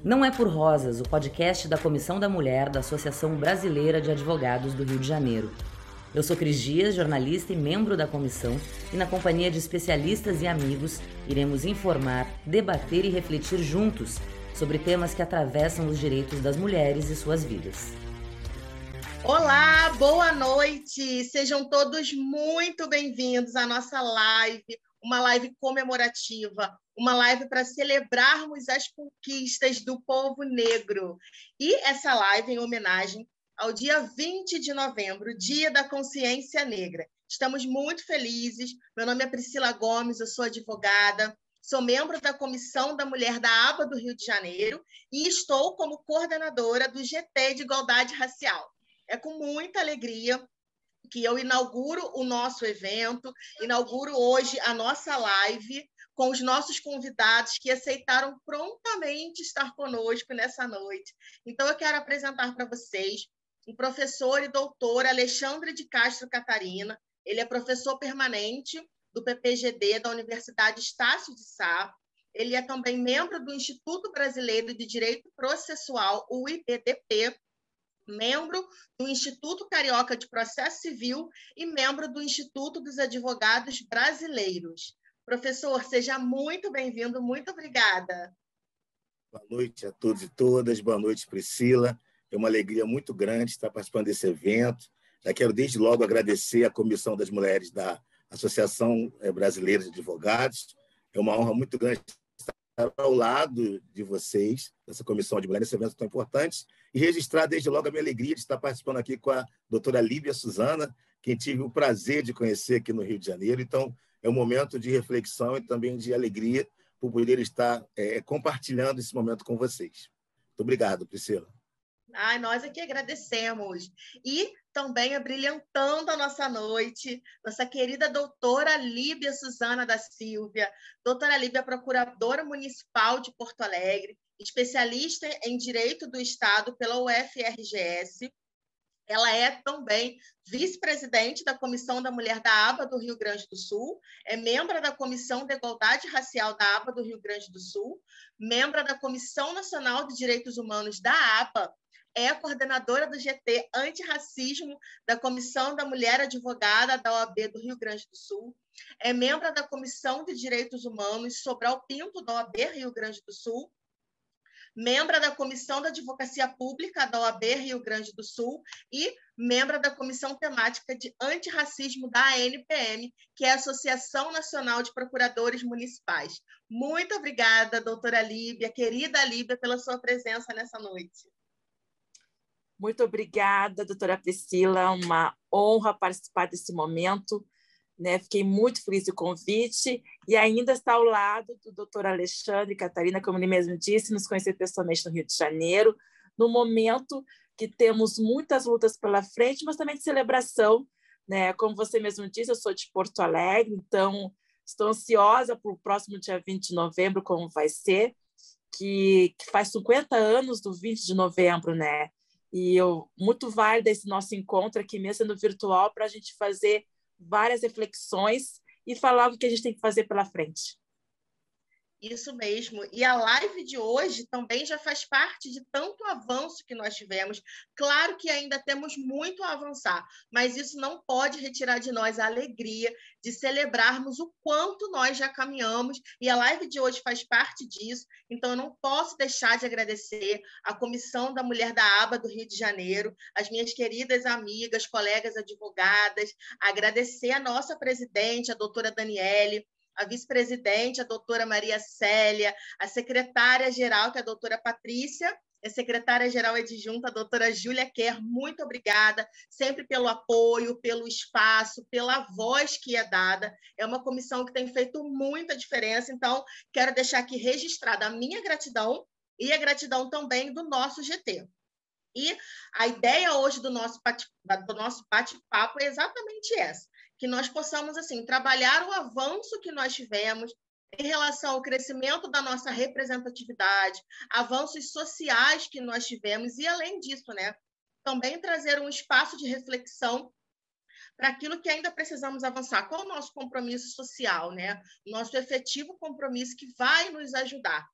Não é por Rosas, o podcast da Comissão da Mulher da Associação Brasileira de Advogados do Rio de Janeiro. Eu sou Cris Dias, jornalista e membro da comissão, e na companhia de especialistas e amigos, iremos informar, debater e refletir juntos sobre temas que atravessam os direitos das mulheres e suas vidas. Olá, boa noite! Sejam todos muito bem-vindos à nossa live, uma live comemorativa, uma live para celebrarmos as conquistas do povo negro. E essa live em homenagem ao dia 20 de novembro, Dia da Consciência Negra. Estamos muito felizes. Meu nome é Priscila Gomes, eu sou advogada, sou membro da Comissão da Mulher da ABA do Rio de Janeiro e estou como coordenadora do GT de Igualdade Racial. É com muita alegria que eu inauguro o nosso evento, inauguro hoje a nossa live com os nossos convidados que aceitaram prontamente estar conosco nessa noite. Então, eu quero apresentar para vocês o professor e doutor Alexandre de Castro Catarina. Ele é professor permanente do PPGD da Universidade Estácio de Sá. Ele é também membro do Instituto Brasileiro de Direito Processual, o IBDP, membro do Instituto Carioca de Processo Civil e membro do Instituto dos Advogados Brasileiros. Professor, seja muito bem-vindo, muito obrigada. Boa noite a todos e todas, boa noite, Priscila. É uma alegria muito grande estar participando desse evento. Já quero desde logo agradecer à Comissão das Mulheres da Associação Brasileira de Advogados. É uma honra muito grande estar ao lado de vocês, dessa Comissão de Mulheres, nesse evento tão importante, e registrar desde logo a minha alegria de estar participando aqui com a doutora Líbia Suzana, quem tive o prazer de conhecer aqui no Rio de Janeiro. Então, é um momento de reflexão e também de alegria por poder estar compartilhando esse momento com vocês. Muito obrigado, Priscila. Nós aqui agradecemos. E também abrilhantando a nossa noite, nossa querida doutora Líbia Suzana da Silva. Doutora Líbia, procuradora municipal de Porto Alegre, especialista em Direito do Estado pela UFRGS. Ela é também vice-presidente da Comissão da Mulher da ABA do Rio Grande do Sul, é membro da Comissão de Igualdade Racial da ABA do Rio Grande do Sul, membro da Comissão Nacional de Direitos Humanos da ABA, é a coordenadora do GT Antirracismo da Comissão da Mulher Advogada da OAB do Rio Grande do Sul, é membro da Comissão de Direitos Humanos Sobral Pinto da OAB Rio Grande do Sul, membro da Comissão da Advocacia Pública da OAB Rio Grande do Sul e membro da Comissão Temática de Antirracismo da ANPM, que é a Associação Nacional de Procuradores Municipais. Muito obrigada, doutora Líbia, querida Líbia, pela sua presença nessa noite. Muito obrigada, doutora Priscila, uma honra participar desse momento, né? Fiquei muito feliz do convite e ainda está ao lado do doutor Alexandre Catarina, como ele mesmo disse, nos conhecer pessoalmente no Rio de Janeiro, no momento que temos muitas lutas pela frente, mas também de celebração, né? Como você mesmo disse, eu sou de Porto Alegre, então estou ansiosa para o próximo dia 20 de novembro, como vai ser, que faz 50 anos do 20 de novembro, né? E muito válido esse nosso encontro aqui mesmo, sendo virtual, para a gente fazer várias reflexões e falar o que a gente tem que fazer pela frente. Isso mesmo. E a live de hoje também já faz parte de tanto avanço que nós tivemos. Claro que ainda temos muito a avançar, mas isso não pode retirar de nós a alegria de celebrarmos o quanto nós já caminhamos, e a live de hoje faz parte disso. Então, eu não posso deixar de agradecer a Comissão da Mulher da ABA do Rio de Janeiro, as minhas queridas amigas, colegas advogadas, agradecer a nossa presidente, a doutora Daniele, a vice-presidente, a doutora Maria Célia, a secretária-geral, que é a doutora Patrícia, a secretária-geral adjunta, a doutora Júlia Kerr, muito obrigada, sempre pelo apoio, pelo espaço, pela voz que é dada. É uma comissão que tem feito muita diferença, então quero deixar aqui registrada a minha gratidão e a gratidão também do nosso GT. E a ideia hoje do nosso bate-papo é exatamente essa, que nós possamos assim trabalhar o avanço que nós tivemos em relação ao crescimento da nossa representatividade, avanços sociais que nós tivemos e, além disso, né, também trazer um espaço de reflexão para aquilo que ainda precisamos avançar. Qual é o nosso compromisso social, né? O nosso efetivo compromisso que vai nos ajudar.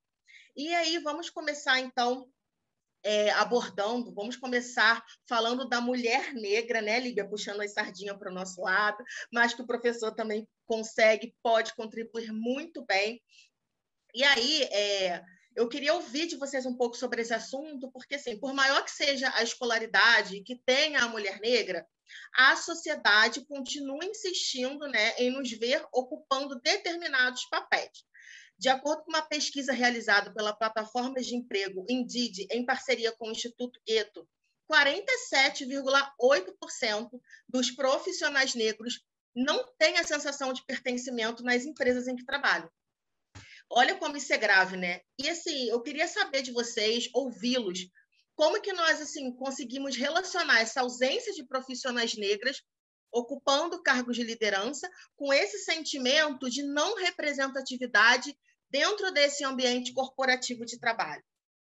E aí, vamos começar, então, vamos começar falando da mulher negra, né, Líbia? Puxando a sardinha para o nosso lado, mas que o professor também pode contribuir muito bem. E aí, eu queria ouvir de vocês um pouco sobre esse assunto, porque, assim, por maior que seja a escolaridade que tenha a mulher negra, a sociedade continua insistindo, né, em nos ver ocupando determinados papéis. De acordo com uma pesquisa realizada pela plataforma de emprego Indeed, em parceria com o Instituto Gueto, 47,8% dos profissionais negros não têm a sensação de pertencimento nas empresas em que trabalham. Olha como isso é grave, né? E assim, eu queria saber de vocês, ouvi-los, como que nós assim conseguimos relacionar essa ausência de profissionais negras ocupando cargos de liderança com esse sentimento de não representatividade dentro desse ambiente corporativo de trabalho.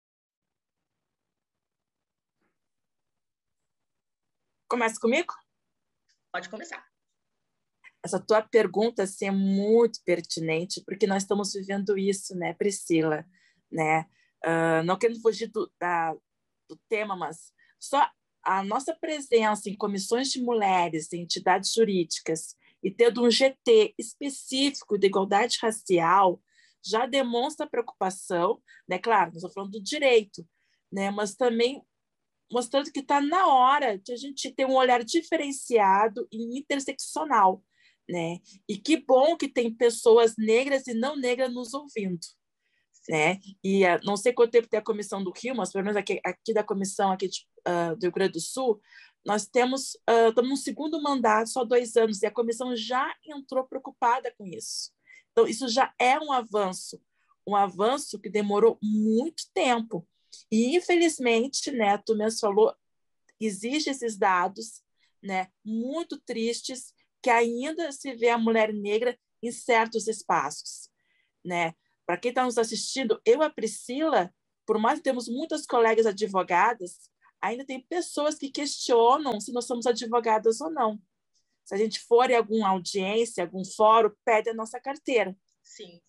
Começa comigo? Pode começar. Essa tua pergunta assim, é muito pertinente, porque nós estamos vivendo isso, né, Priscila? Né? Não querendo fugir do tema, mas só a nossa presença em comissões de mulheres, em entidades jurídicas, e tendo um GT específico de igualdade racial, já demonstra preocupação, né? Claro, nós estamos falando do direito, né? Mas também mostrando que está na hora de a gente ter um olhar diferenciado e interseccional, né? E que bom que tem pessoas negras e não negras nos ouvindo, né? E não sei quanto tempo tem a comissão do Rio, mas pelo menos aqui da comissão aqui do Rio Grande do Sul, nós estamos no segundo mandato, só 2 anos, e a comissão já entrou preocupada com isso. Então, isso já é um avanço que demorou muito tempo. E, infelizmente, né, tu mesmo falou, existem esses dados, né, muito tristes, que ainda se vê a mulher negra em certos espaços, né? Para quem está nos assistindo, eu e a Priscila, por mais que temos muitas colegas advogadas, ainda tem pessoas que questionam se nós somos advogadas ou não. Se a gente for em alguma audiência, algum fórum, pede a nossa carteira. Sim.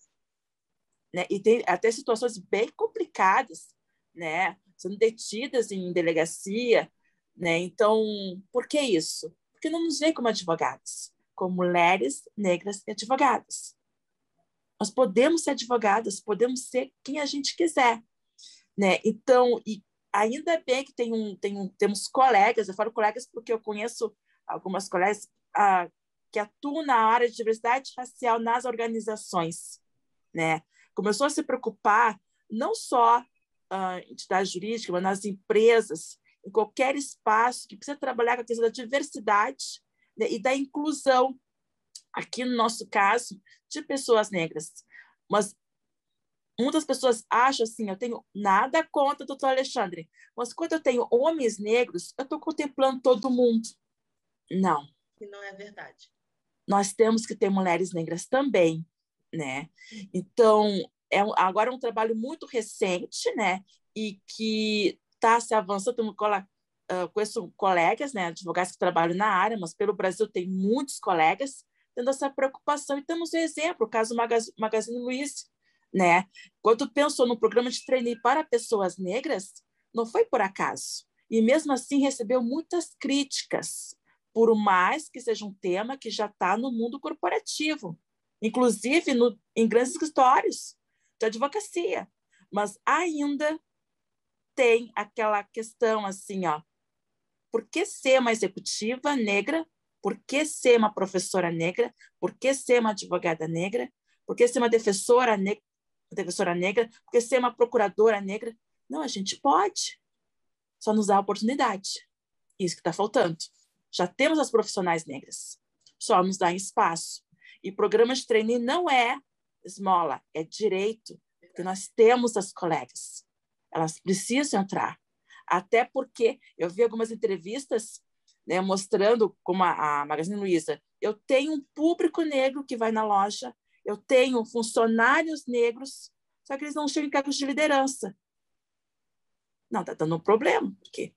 Né? E tem até situações bem complicadas, né? Sendo detidas em delegacia, né? Então, por que isso? Porque não nos veem como advogadas, como mulheres negras e advogadas. Nós podemos ser advogadas, podemos ser quem a gente quiser, né? Então, e ainda bem que temos colegas, eu falo colegas porque eu conheço algumas colegas que atuam na área de diversidade racial nas organizações, né? Começou a se preocupar não só entidade jurídica, mas nas empresas, em qualquer espaço que precisa trabalhar com a questão da diversidade, né, e da inclusão, aqui no nosso caso, de pessoas negras. Mas muitas pessoas acham assim, eu tenho nada contra o doutor Alexandre, mas quando eu tenho homens negros, eu estou contemplando todo mundo. Não. E não é verdade. Nós temos que ter mulheres negras também, né? Então, agora é um trabalho muito recente, né? E que está se avançando. Conheço colegas, né? Advogados que trabalham na área, mas pelo Brasil tem muitos colegas tendo essa preocupação. E temos um exemplo, o caso Magazine Luiza, né? Quando pensou no programa de trainee para pessoas negras, não foi por acaso. E mesmo assim recebeu muitas críticas, por mais que seja um tema que já está no mundo corporativo, inclusive em grandes escritórios de advocacia. Mas ainda tem aquela questão assim, ó, por que ser uma executiva negra? Por que ser uma professora negra? Por que ser uma advogada negra? Por que ser uma defensora negra? Por que ser uma procuradora negra? Não, a gente pode. Só nos dá a oportunidade. Isso que está faltando. Já temos as profissionais negras. Só nos dá espaço. E programa de trainee não é esmola, é direito. Porque nós temos as colegas. Elas precisam entrar. Até porque eu vi algumas entrevistas, né, mostrando como a Magazine Luiza, eu tenho um público negro que vai na loja, eu tenho funcionários negros, só que eles não chegam em cargos de liderança. Não, está dando um problema, porque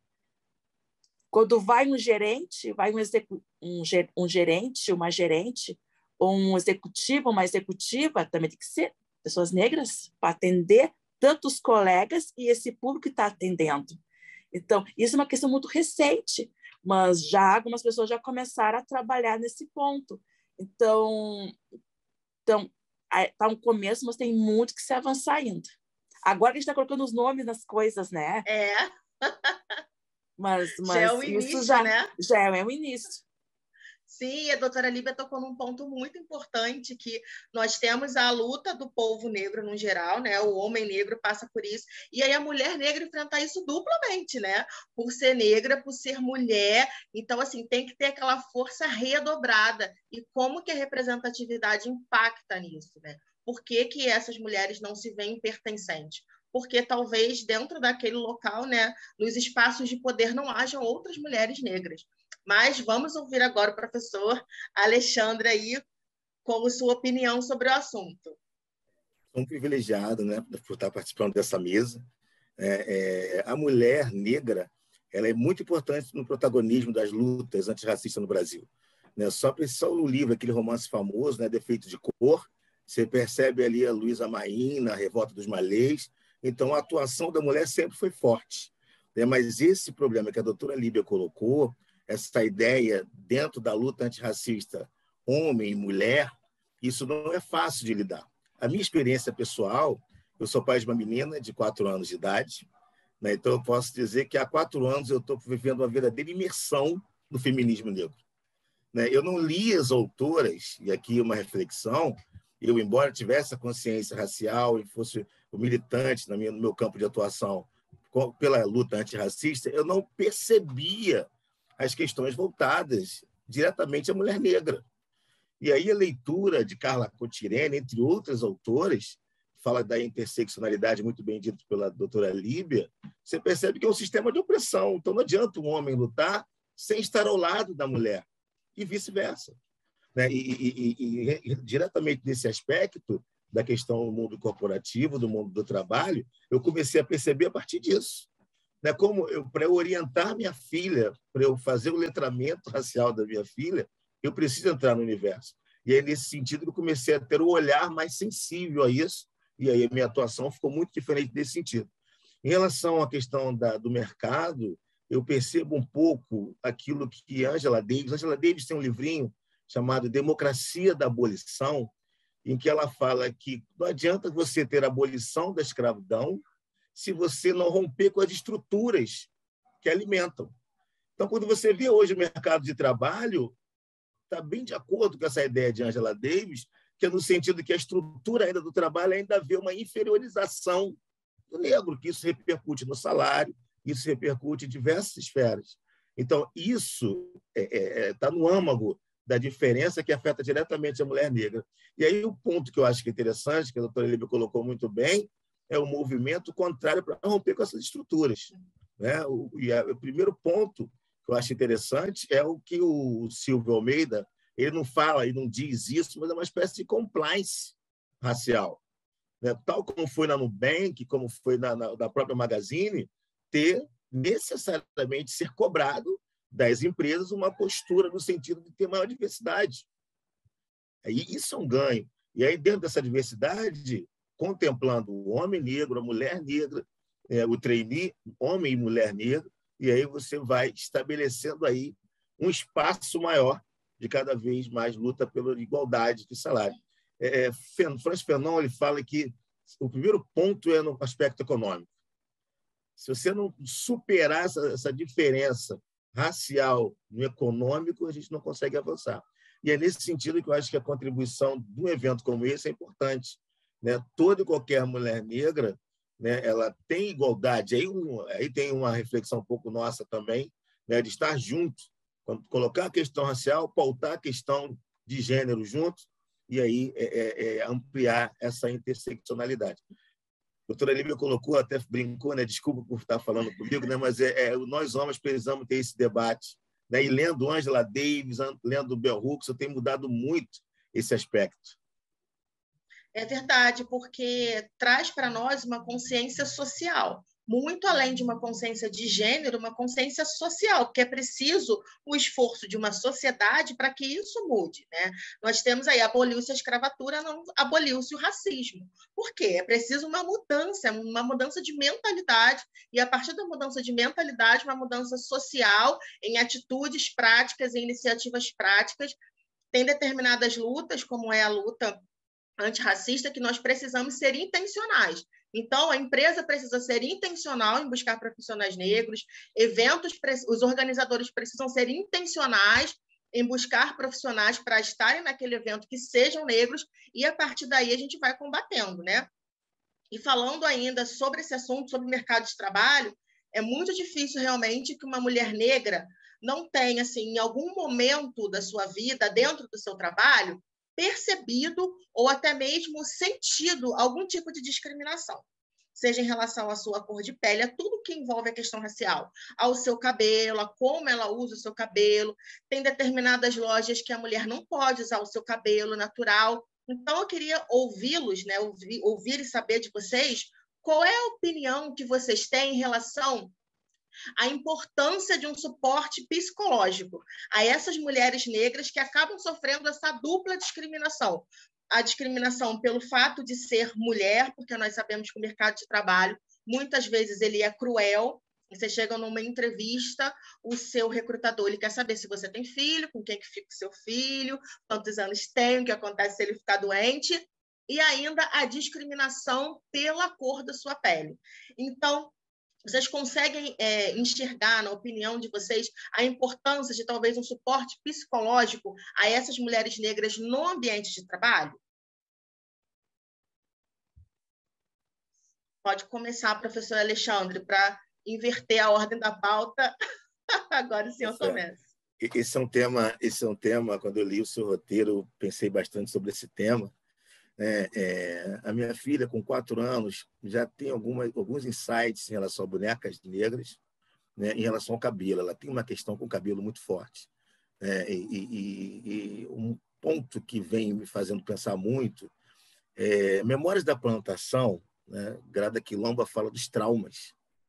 quando vai um gerente, vai um gerente, uma gerente, ou um executivo, uma executiva, também tem que ser pessoas negras para atender tanto os colegas e esse público que está atendendo. Então, isso é uma questão muito recente, mas já algumas pessoas já começaram a trabalhar nesse ponto. Então está um começo, mas tem muito que se avançar ainda. Agora a gente está colocando os nomes nas coisas, né? Mas já é o isso início, né? Já é o início. Sim, a doutora Líbia tocou num ponto muito importante, que nós temos a luta do povo negro no geral, né? O homem negro passa por isso, e aí a mulher negra enfrenta isso duplamente, né? Por ser negra, por ser mulher, então, assim, tem que ter aquela força redobrada. E como que a representatividade impacta nisso, né? Por que que essas mulheres não se veem pertencentes? Porque talvez dentro daquele local, né, nos espaços de poder não hajam outras mulheres negras. Mas vamos ouvir agora o professor Alexandre aí com sua opinião sobre o assunto. Sou um privilegiado, né, por estar participando dessa mesa. A mulher negra, ela é muito importante no protagonismo das lutas antirracistas no Brasil. Né? Só o livro, aquele romance famoso, né, Defeito de Cor, você percebe ali a Luísa Maim, a Revolta dos Malês. Então, a atuação da mulher sempre foi forte. Né? Mas esse problema que a doutora Líbia colocou, essa ideia dentro da luta antirracista, homem e mulher, isso não é fácil de lidar. A minha experiência pessoal, eu sou pai de uma menina de 4 anos de idade, né? Então eu posso dizer que há 4 anos eu estou vivendo uma verdadeira imersão no feminismo negro. Né? Eu não li as autoras, e aqui uma reflexão, eu, embora tivesse a consciência racial e fosse o militante no meu campo de atuação pela luta antirracista, eu não percebia as questões voltadas diretamente à mulher negra. E aí a leitura de Carla Cotirene, entre outras autoras, fala da interseccionalidade, muito bem dito pela doutora Líbia, você percebe que é um sistema de opressão. Então não adianta um homem lutar sem estar ao lado da mulher, e vice-versa. Né? E diretamente nesse aspecto da questão do mundo corporativo, do mundo do trabalho, eu comecei a perceber a partir disso. Como para eu orientar minha filha, para eu fazer o letramento racial da minha filha, eu preciso entrar no universo. E aí, nesse sentido, eu comecei a ter um olhar mais sensível a isso, e aí a minha atuação ficou muito diferente desse sentido. Em relação à questão do mercado, eu percebo um pouco aquilo que Angela Davis tem um livrinho chamado Democracia da Abolição, em que ela fala que não adianta você ter a abolição da escravidão se você não romper com as estruturas que alimentam. Então, quando você vê hoje o mercado de trabalho, está bem de acordo com essa ideia de Angela Davis, que é no sentido que a estrutura ainda do trabalho ainda vê uma inferiorização do negro, que isso repercute no salário, isso repercute em diversas esferas. Então, isso está no âmago da diferença que afeta diretamente a mulher negra. E aí o ponto que eu acho que é interessante, que a doutora Líbia colocou muito bem, é o movimento contrário para romper com essas estruturas. Né? O primeiro ponto que eu acho interessante é o que o Silvio Almeida, ele não fala e não diz isso, mas é uma espécie de compliance racial. Né? Tal como foi na Nubank, como foi na própria Magazine, ter necessariamente ser cobrado das empresas uma postura no sentido de ter maior diversidade. Aí isso é um ganho. E aí, dentro dessa diversidade, contemplando o homem negro, a mulher negra, o trainee, homem e mulher negra, e aí você vai estabelecendo aí um espaço maior de cada vez mais luta pela igualdade de salário. Franz Fanon, ele fala que o primeiro ponto é no aspecto econômico. Se você não superar essa diferença racial no econômico, a gente não consegue avançar. E é nesse sentido que eu acho que a contribuição de um evento como esse é importante. Né? Toda e qualquer mulher negra, né, ela tem igualdade. Aí tem uma reflexão um pouco nossa também, né, de estar junto, colocar a questão racial, pautar a questão de gênero junto, e aí ampliar essa interseccionalidade. A doutora Líbia colocou, até brincou, né? Desculpa por estar falando comigo, né? Mas nós homens precisamos ter esse debate. Né? E lendo Angela Davis, lendo Bell Hooks, eu tenho mudado muito esse aspecto. É verdade, porque traz para nós uma consciência social. muito além de uma consciência de gênero, uma consciência social, porque é preciso o esforço de uma sociedade para que isso mude, né? Nós temos aí, aboliu-se a escravatura, não aboliu-se o racismo. Por quê? É preciso uma mudança de mentalidade, e a partir da mudança de mentalidade, uma mudança social em atitudes práticas, em iniciativas práticas. Tem determinadas lutas, como é a luta antirracista, que nós precisamos ser intencionais. Então, a empresa precisa ser intencional em buscar profissionais negros, os organizadores precisam ser intencionais em buscar profissionais para estarem naquele evento que sejam negros, e a partir daí a gente vai combatendo, né? E falando ainda sobre esse assunto, sobre o mercado de trabalho, é muito difícil realmente que uma mulher negra não tenha, assim, em algum momento da sua vida, dentro do seu trabalho, percebido ou até mesmo sentido algum tipo de discriminação, seja em relação à sua cor de pele, a tudo que envolve a questão racial, ao seu cabelo, a como ela usa o seu cabelo. Tem determinadas lojas que a mulher não pode usar o seu cabelo natural. Então, eu queria ouvi-los, né? Ouvir e saber de vocês qual é a opinião que vocês têm em relação a importância de um suporte psicológico a essas mulheres negras que acabam sofrendo essa dupla discriminação. A discriminação pelo fato de ser mulher, porque nós sabemos que o mercado de trabalho, muitas vezes, ele é cruel. Você chega numa entrevista, o seu recrutador ele quer saber se você tem filho, com quem que fica o seu filho, quantos anos tem, o que acontece se ele ficar doente, e ainda a discriminação pela cor da sua pele. Então, vocês conseguem enxergar, na opinião de vocês, a importância de talvez um suporte psicológico a essas mulheres negras no ambiente de trabalho? Pode começar, professor Alexandre, para inverter a ordem da pauta. Agora o senhor começa. Esse é um tema, quando eu li o seu roteiro, eu pensei bastante sobre esse tema. A minha filha, com 4 anos, já tem alguns insights em relação a bonecas negras, né, em relação ao cabelo. Ela tem uma questão com o cabelo muito forte. E um ponto que vem me fazendo pensar muito Memórias da Plantação, né, Grada Quilomba fala dos traumas.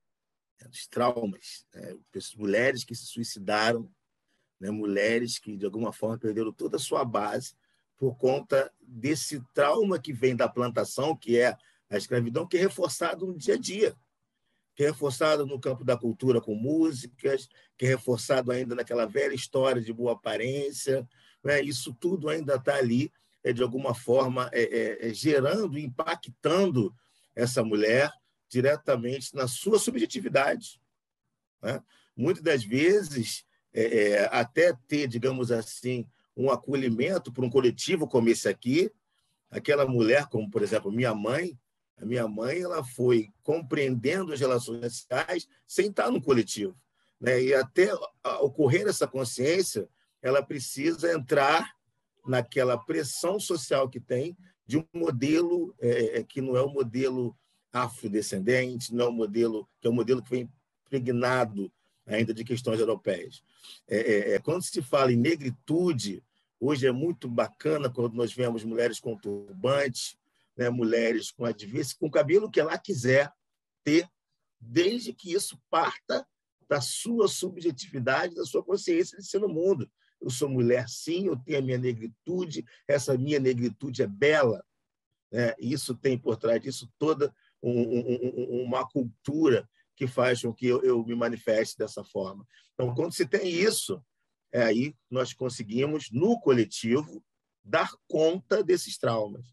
Mulheres que se suicidaram, né, mulheres que, de alguma forma, perderam toda a sua base por conta desse trauma que vem da plantação, que é a escravidão, que é reforçado no dia a dia, que é reforçado no campo da cultura com músicas, que é reforçado ainda naquela velha história de boa aparência, né? Isso tudo ainda está ali, de alguma forma, gerando, impactando essa mulher diretamente na sua subjetividade, né? Muitas das vezes, até ter, digamos assim, um acolhimento por um coletivo como esse aqui, aquela mulher, como, por exemplo, a minha mãe ela foi compreendendo as relações raciais sem estar no coletivo, né? E até ocorrer essa consciência, ela precisa entrar naquela pressão social que tem de um modelo que não é o modelo afrodescendente, não é o modelo que é um modelo que vem impregnado ainda de questões europeias. Quando se fala em negritude, hoje é muito bacana quando nós vemos mulheres com turbante, né, mulheres com com o cabelo que ela quiser ter, desde que isso parta da sua subjetividade, da sua consciência de ser no mundo. Eu sou mulher, sim, eu tenho a minha negritude, essa minha negritude é bela, né? Isso tem por trás disso toda uma cultura que faz com que eu me manifeste dessa forma. Então, quando se tem isso, aí nós conseguimos, no coletivo, dar conta desses traumas.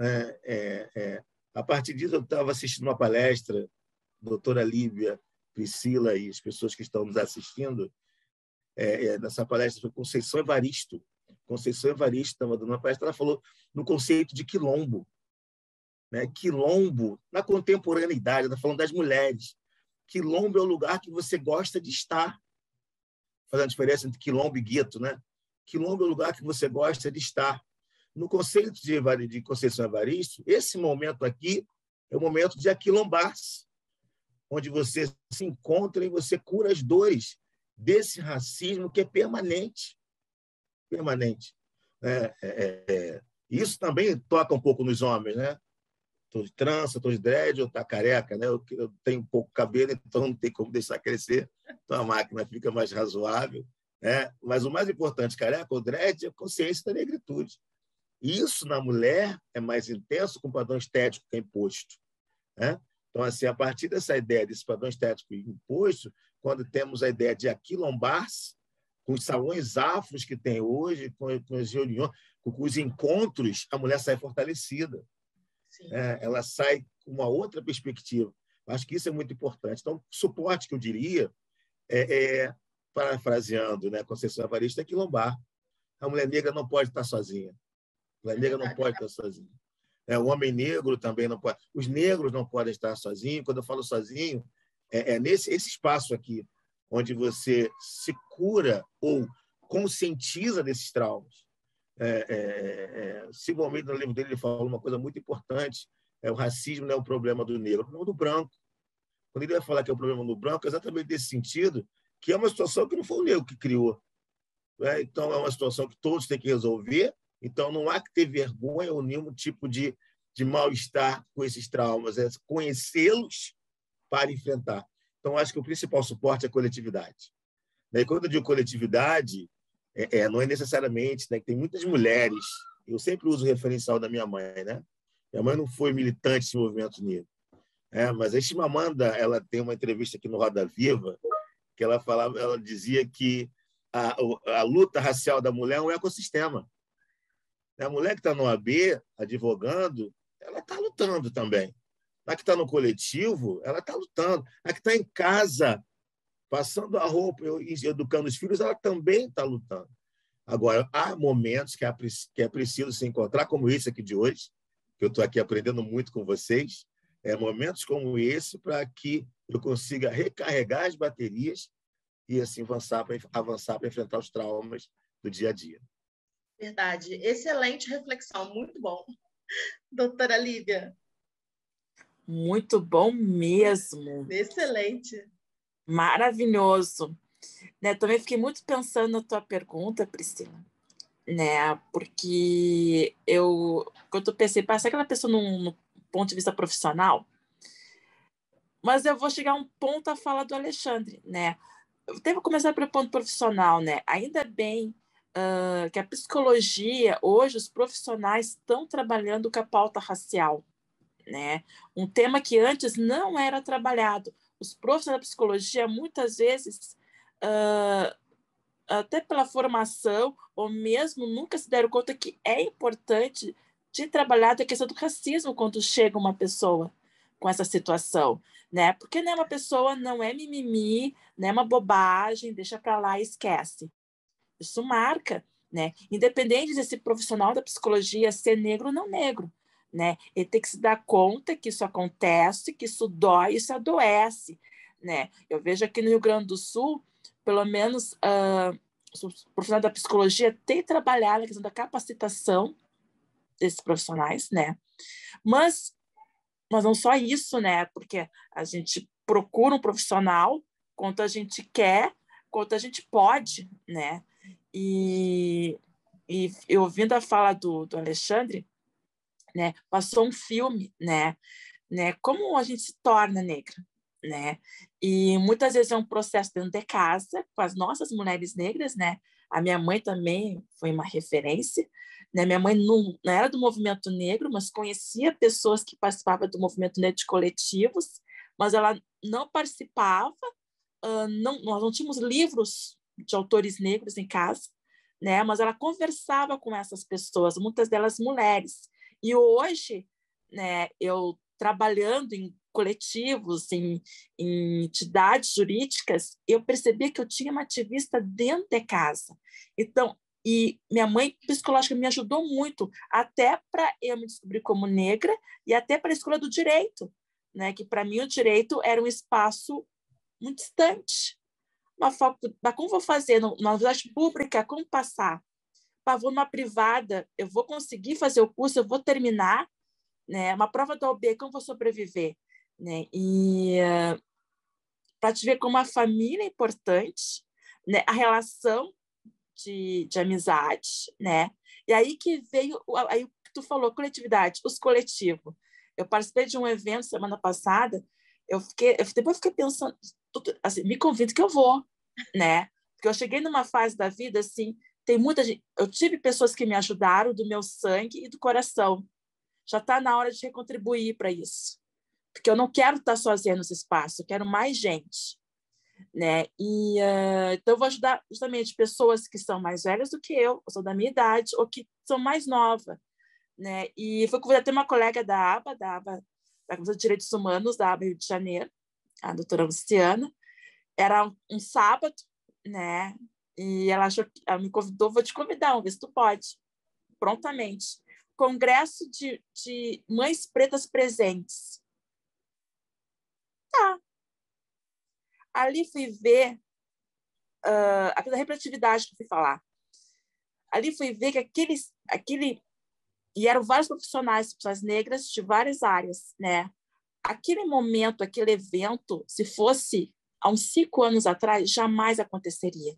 A partir disso, eu estava assistindo uma palestra, doutora Lívia, Priscila e as pessoas que estão nos assistindo, nessa palestra foi Conceição Evaristo. Conceição Evaristo estava dando uma palestra, ela falou no conceito de quilombo. Né? Quilombo, na contemporaneidade, ela está falando das mulheres. Quilombo é o lugar que você gosta de estar. Fazendo a diferença entre quilombo e gueto, né? Quilombo é o lugar que você gosta de estar. No conceito de Conceição Evaristo, esse momento aqui é o momento de aquilombar-se, onde você se encontra e você cura as dores desse racismo que é permanente. Permanente. Isso também toca um pouco nos homens, né? Estou de trança, estou de dread ou está careca, né? Eu tenho pouco cabelo, então não tem como deixar crescer, então a máquina fica mais razoável, né? Mas o mais importante, careca ou dread, é a consciência da negritude. E isso na mulher é mais intenso com o padrão estético que é imposto, né? Então, assim, a partir dessa ideia, desse padrão estético imposto, quando temos a ideia de aquilombar-se, com os salões afros que tem hoje, com as reuniões, com os encontros, a mulher sai fortalecida. Ela sai com uma outra perspectiva. Acho que isso é muito importante. Então, o suporte que eu diria parafraseando, né, Conceição Evaristo, é quilombar. A mulher negra não pode estar sozinha. A mulher negra não pode estar sozinha. O homem negro também não pode. Os negros não podem estar sozinhos. Quando eu falo sozinho, nesse espaço aqui, onde você se cura ou conscientiza desses traumas. Silvio Almeida, no livro dele, ele falou uma coisa muito importante: o racismo não é o problema do negro, é o problema do branco. Quando ele vai falar que é o problema do branco, é exatamente nesse sentido, que é uma situação que não foi o negro que criou. Então, é uma situação que todos têm que resolver. Então, não há que ter vergonha ou nenhum tipo de mal-estar com esses traumas, é conhecê-los para enfrentar. Então, acho que o principal suporte é a coletividade. E quando eu digo coletividade, não é necessariamente, né, que tem muitas mulheres. Eu sempre uso o referencial da minha mãe, né? Minha mãe não foi militante desse movimento negro, mas a Chimamanda, ela tem uma entrevista aqui no Roda Viva que ela dizia que a luta racial da mulher é um ecossistema. A mulher que está no AB, advogando, ela está lutando também. A que está no coletivo, ela está lutando. A que está em casa, passando a roupa e educando os filhos, ela também está lutando. Agora, há momentos que é preciso se encontrar, como esse aqui de hoje, que eu estou aqui aprendendo muito com vocês, momentos como esse para que eu consiga recarregar as baterias e assim avançar para enfrentar os traumas do dia a dia. Verdade. Excelente reflexão. Muito bom. Doutora Lívia. Muito bom mesmo. Excelente. Maravilhoso. Né, também fiquei muito pensando na tua pergunta, Priscila, né? Porque quando eu pensei, passa aquela pessoa no ponto de vista profissional, mas eu vou chegar a um ponto a falar do Alexandre, né? Eu devo começar pelo ponto profissional, né? Ainda bem que a psicologia, hoje, os profissionais estão trabalhando com a pauta racial, né? Um tema que antes não era trabalhado. Os profissionais da psicologia, muitas vezes, até pela formação, ou mesmo nunca se deram conta que é importante de trabalhar a questão do racismo quando chega uma pessoa com essa situação, né? Porque uma pessoa não é mimimi, não é uma bobagem, deixa para lá e esquece. Isso marca, né? Independente desse profissional da psicologia ser negro ou não negro, né? Ele tem que se dar conta que isso acontece, que isso dói, isso adoece, né? Eu vejo aqui no Rio Grande do Sul, pelo menos os profissionais da psicologia têm trabalhado na questão da capacitação desses profissionais, né? Mas não só isso, né? Porque a gente procura um profissional quanto a gente quer, quanto a gente pode, né? E eu ouvindo a fala do Alexandre, né? Passou um filme, né? Como a gente se torna negra, né? E muitas vezes é um processo dentro de casa com as nossas mulheres negras, né? A minha mãe também foi uma referência, né? Minha mãe não era do movimento negro, mas conhecia pessoas que participavam do movimento negro de coletivos, mas ela não participava, nós não tínhamos livros de autores negros em casa, né? Mas ela conversava com essas pessoas, muitas delas mulheres. E hoje, né, eu trabalhando em coletivos, em entidades jurídicas, eu percebi que eu tinha uma ativista dentro de casa. Então, e minha mãe psicológica me ajudou muito, até para eu me descobrir como negra e até para a escolha do direito, né? Que para mim o direito era um espaço muito distante. Mas como vou fazer? Na universidade pública, como passar? Vou numa privada, eu vou conseguir fazer o curso, eu vou terminar, né? Uma prova da OAB, como vou sobreviver? Né? E para te ver como a família é importante, né? A relação de amizade, né? E aí que veio, aí que tu falou, coletividade, os coletivos. Eu participei de um evento semana passada, depois fiquei pensando, assim, me convido que eu vou, né? Porque eu cheguei numa fase da vida, assim, tem muita gente, eu tive pessoas que me ajudaram do meu sangue e do coração. Já está na hora de recontribuir para isso. Porque eu não quero estar sozinha nesse espaço, eu quero mais gente, né? Então eu vou ajudar justamente pessoas que são mais velhas do que eu, ou são da minha idade, ou que são mais novas, né? E foi convidada até uma colega da Comissão de Direitos Humanos da ABA Rio de Janeiro, a doutora Luciana. Era um sábado, né? E ela me convidou, vou te convidar, vamos ver se tu pode, prontamente. Congresso de Mães Pretas Presentes. Tá. Ali fui ver aquela representatividade que eu fui falar. Ali fui ver que e eram vários profissionais, pessoas negras de várias áreas, né? Aquele momento, aquele evento, se fosse há uns 5 anos atrás, jamais aconteceria.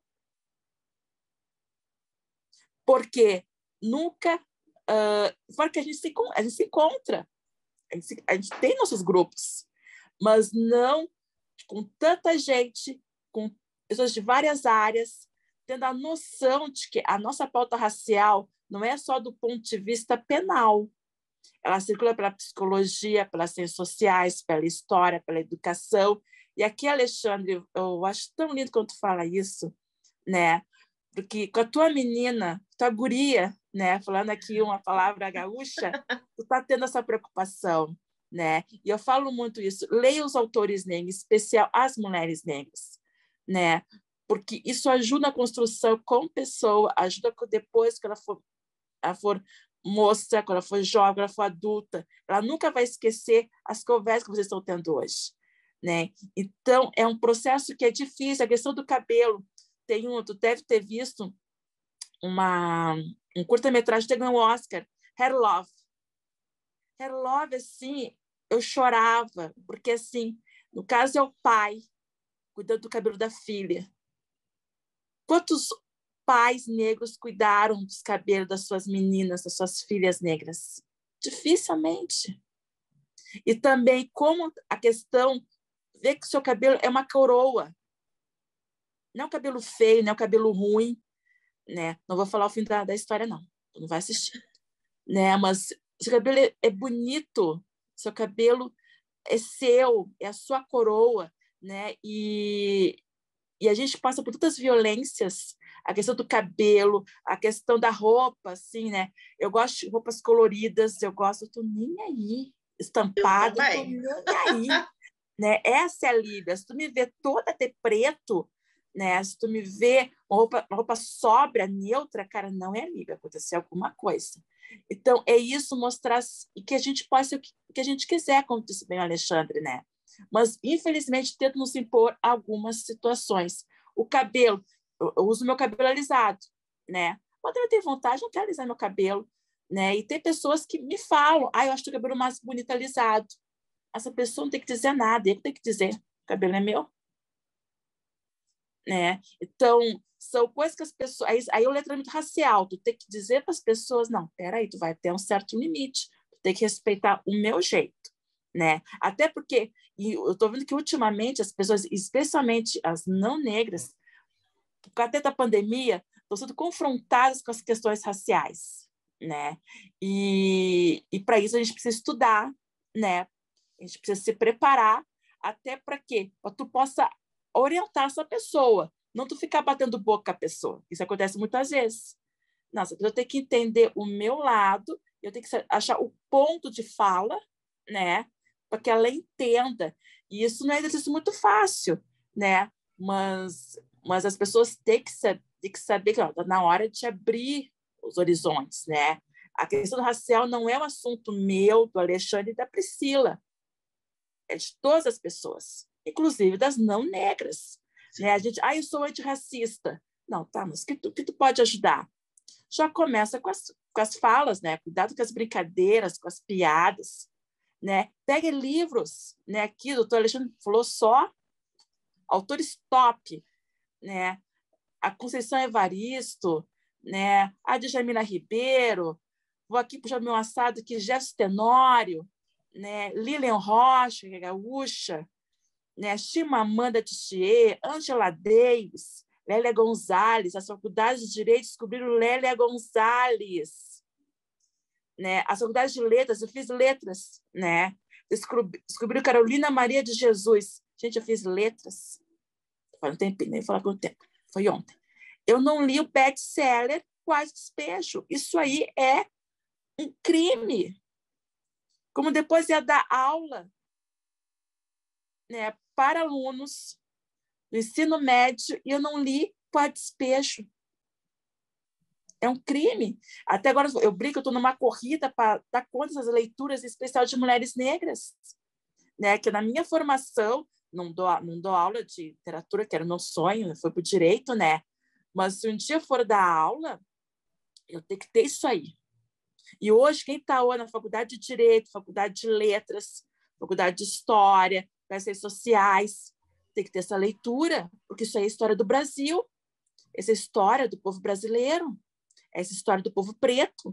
Porque nunca... porque a gente se encontra, a gente tem nossos grupos, mas não com tanta gente, com pessoas de várias áreas, tendo a noção de que a nossa pauta racial não é só do ponto de vista penal. Ela circula pela psicologia, pelas ciências sociais, pela história, pela educação. E aqui, Alexandre, eu acho tão lindo quando tu fala isso, né? Porque com a tua menina, tua guria, né? Falando aqui uma palavra gaúcha, tu tá tendo essa preocupação, né? E eu falo muito isso. Leia os autores negros, em especial as mulheres negras, né? Porque isso ajuda a construção como pessoa, ajuda depois que ela for moça, quando ela for jovem, quando ela for adulta, ela nunca vai esquecer as conversas que vocês estão tendo hoje, né? Então, é um processo que é difícil. A questão do cabelo, tu deve ter visto um curta-metragem que ganhou o Oscar, Hair Love. Hair Love, assim, eu chorava, porque, assim, no caso é o pai cuidando do cabelo da filha. Quantos pais negros cuidaram dos cabelos das suas meninas, das suas filhas negras? Dificilmente. E também como a questão ver que o seu cabelo é uma coroa. Não é um cabelo feio, não é um cabelo ruim, né? Não vou falar o fim da história, não. Tu não vai assistir. Né? Mas seu cabelo é bonito, seu cabelo é seu, é a sua coroa, né? E a gente passa por tantas violências, a questão do cabelo, a questão da roupa, assim, né? Eu gosto de roupas coloridas, eu tô nem aí, estampada, tô nem aí, né? Essa é a Líbia. Se tu me vê toda de preto, né? Se tu me vê uma roupa sóbria, neutra, cara, não é Líbia, aconteceu alguma coisa. Então, é isso, mostrar que a gente pode ser o que a gente quiser, como disse bem o Alexandre, né? Mas, infelizmente, tenta nos impor algumas situações. O cabelo, eu uso meu cabelo alisado, né? Quando eu tenho vontade, não quero alisar meu cabelo, né? E tem pessoas que me falam, eu acho o cabelo mais bonito alisado. Essa pessoa não tem que dizer nada, eu tenho que dizer, o cabelo é meu, né? Então, são coisas que as pessoas... Aí o letramento racial, tu tem que dizer para as pessoas, não, peraí, tu vai ter um certo limite, tu tem que respeitar o meu jeito, né? Até porque, e eu estou vendo que ultimamente as pessoas, especialmente as não negras, por causa da pandemia, estão sendo confrontadas com as questões raciais, né? E para isso a gente precisa estudar, né? A gente precisa se preparar até para quê? Para tu possa orientar essa pessoa, não tu ficar batendo boca com a pessoa. Isso acontece muitas vezes. Não, eu tenho que entender o meu lado, eu tenho que achar o ponto de fala, né? Para que ela entenda. E isso não é exercício muito fácil, né? Mas as pessoas têm que saber que está na hora de abrir os horizontes, né? A questão racial não é um assunto meu, do Alexandre e da Priscila. É de todas as pessoas, inclusive das não negras. Né? A gente, eu sou antirracista. Não, tá, mas que tu pode ajudar? Já começa com as falas, né? Cuidado com as brincadeiras, com as piadas, né? Pegue livros, né? Aqui o doutor Alexandre falou só autores top, né? A Conceição Evaristo, né? A Djamila Ribeiro, vou aqui puxar meu assado aqui, Gesto Tenório, né? Lilian Rocha, que é gaúcha, né? Chimamanda Adichie, Angela Davis, Lélia Gonzalez. As faculdades de Direito descobriram Lélia Gonzalez, né? As faculdades de Letras, eu fiz Letras, né? Descobriram Carolina Maria de Jesus. Gente, eu fiz Letras. Faz um tempinho, nem falar quanto tempo. Foi ontem. Eu não li o best-seller Quase Despejo. Isso aí é um crime. Como depois ia dar aula, né, para alunos do ensino médio e eu não li Quase Despejo. É um crime. Até agora eu brinco, eu estou numa corrida para dar conta das leituras, em especial de mulheres negras, né? Que na minha formação, não dou aula de literatura, que era o meu sonho, foi para o direito, né? Mas se um dia for dar aula, eu tenho que ter isso aí. E hoje, quem está na faculdade de Direito, faculdade de Letras, faculdade de História, Ciências Sociais, tem que ter essa leitura, porque isso aí é a história do Brasil, essa é a história do povo brasileiro, essa é a história do povo preto.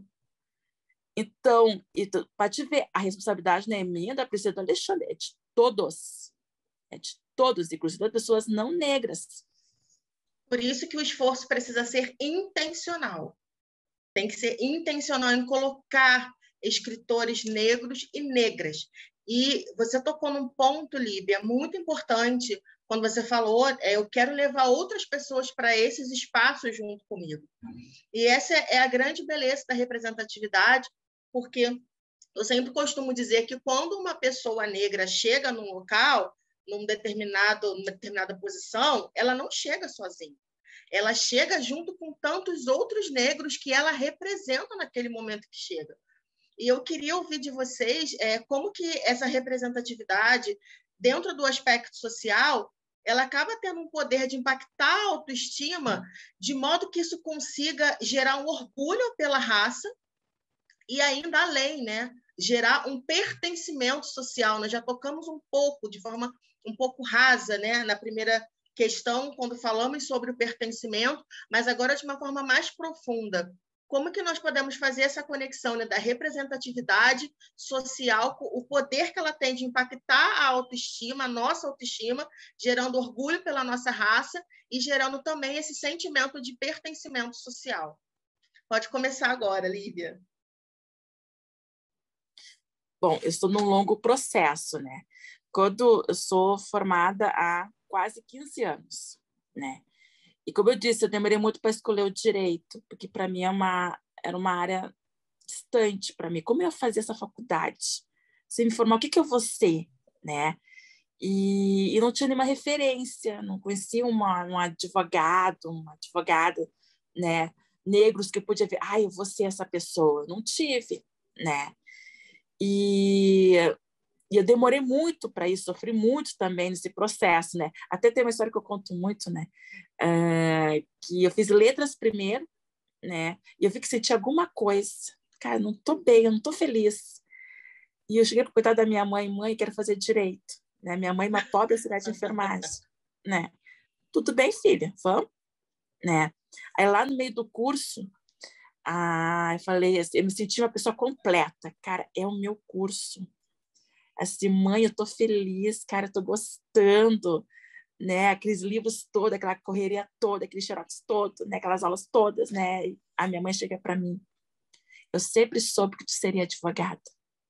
Então, para te ver, a responsabilidade não é minha, da Priscila, do Alexandre, é de todos. É de todos, inclusive das pessoas não negras. Por isso que o esforço precisa ser intencional. Tem que ser intencional em colocar escritores negros e negras. E você tocou num ponto, Líbia, muito importante, quando você falou, eu quero levar outras pessoas para esses espaços junto comigo. E essa é a grande beleza da representatividade, porque eu sempre costumo dizer que quando uma pessoa negra chega num local, numa determinada posição, ela não chega sozinha. Ela chega junto com tantos outros negros que ela representa naquele momento que chega. E eu queria ouvir de vocês como que essa representatividade, dentro do aspecto social, ela acaba tendo um poder de impactar a autoestima, de modo que isso consiga gerar um orgulho pela raça e ainda além, né? Gerar um pertencimento social. Nós já tocamos um pouco, de forma um pouco rasa, né? Na primeira questão, quando falamos sobre o pertencimento, mas agora de uma forma mais profunda. Como que nós podemos fazer essa conexão, né, da representatividade social, o poder que ela tem de impactar a autoestima, a nossa autoestima, gerando orgulho pela nossa raça e gerando também esse sentimento de pertencimento social? Pode começar agora, Lívia. Bom, eu estou num longo processo, né? Quando eu sou formada há quase 15 anos, né? E como eu disse, eu demorei muito para escolher o direito, porque para mim era uma área distante para mim. Como eu ia fazer essa faculdade? Sem me informar o que eu vou ser, né? E não tinha nenhuma referência, não conhecia um advogado, uma advogada, né? Negros que eu podia ver, eu vou ser essa pessoa. Não tive, né? E eu demorei muito para isso, sofri muito também nesse processo, né? Até tem uma história que eu conto muito, né? Que eu fiz letras primeiro, né? E eu vi que sentia alguma coisa. Cara, não tô bem, eu não tô feliz. E eu cheguei pro coitado da minha mãe, quero fazer direito, né? Minha mãe é uma pobre auxiliar de enfermagem, né? Tudo bem, filha, vamos, né? Aí lá no meio do curso, eu falei assim, eu me senti uma pessoa completa. Cara, é o meu curso. Assim, mãe, eu tô feliz, cara, eu tô gostando, né? Aqueles livros todos, aquela correria toda, aqueles xerox todos, né? Aquelas aulas todas, né? E a minha mãe chega para mim. Eu sempre soube que tu seria advogada.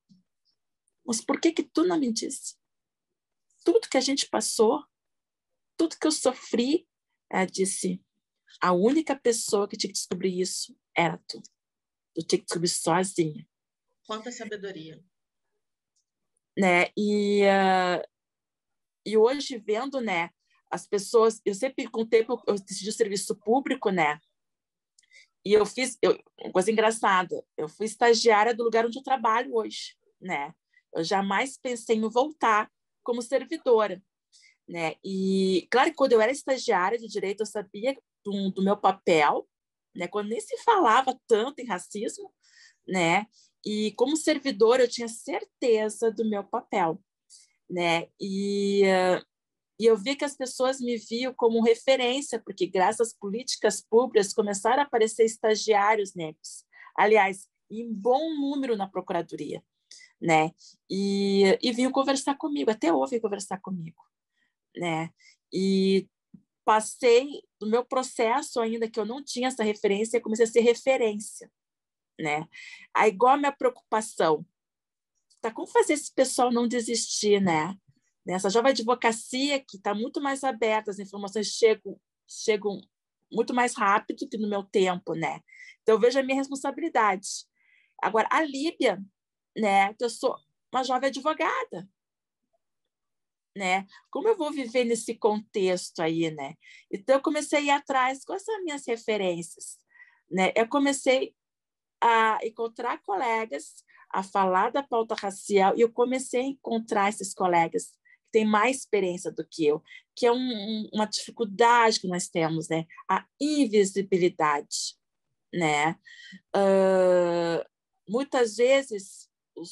Mas por que tu não me disse? Tudo que a gente passou, tudo que eu sofri, ela disse, a única pessoa que tinha que descobrir isso era tu. Tu tinha que descobrir sozinha. Quanta sabedoria. Né? E hoje, vendo, né, as pessoas... Eu sempre, com o tempo, eu decidi o serviço público, né? E eu fiz... uma coisa engraçada. Eu fui estagiária do lugar onde eu trabalho hoje, né? Eu jamais pensei em voltar como servidora, né? E, claro que quando eu era estagiária de direito, eu sabia do meu papel, né? Quando nem se falava tanto em racismo, né? E como servidora, eu tinha certeza do meu papel, né? E eu vi que as pessoas me viam como referência, porque graças às políticas públicas começaram a aparecer estagiários negros. Aliás, em bom número na procuradoria, né? E vinham conversar comigo, até ouvem conversar comigo, né? E passei do meu processo ainda, que eu não tinha essa referência, comecei a ser referência, né? Aí, igual a minha preocupação, tá, como fazer esse pessoal não desistir, né? Nessa jovem advocacia que está muito mais aberta, as informações chegam muito mais rápido que no meu tempo, né? Então, eu vejo a minha responsabilidade. Agora, a Líbia, né? Eu sou uma jovem advogada, né? Como eu vou viver nesse contexto aí, né? Então, eu comecei a ir atrás, quais são as minhas referências, né? Eu comecei a encontrar colegas, a falar da pauta racial, e eu comecei a encontrar esses colegas que têm mais experiência do que eu, que é uma dificuldade que nós temos, né? A invisibilidade, né? Muitas vezes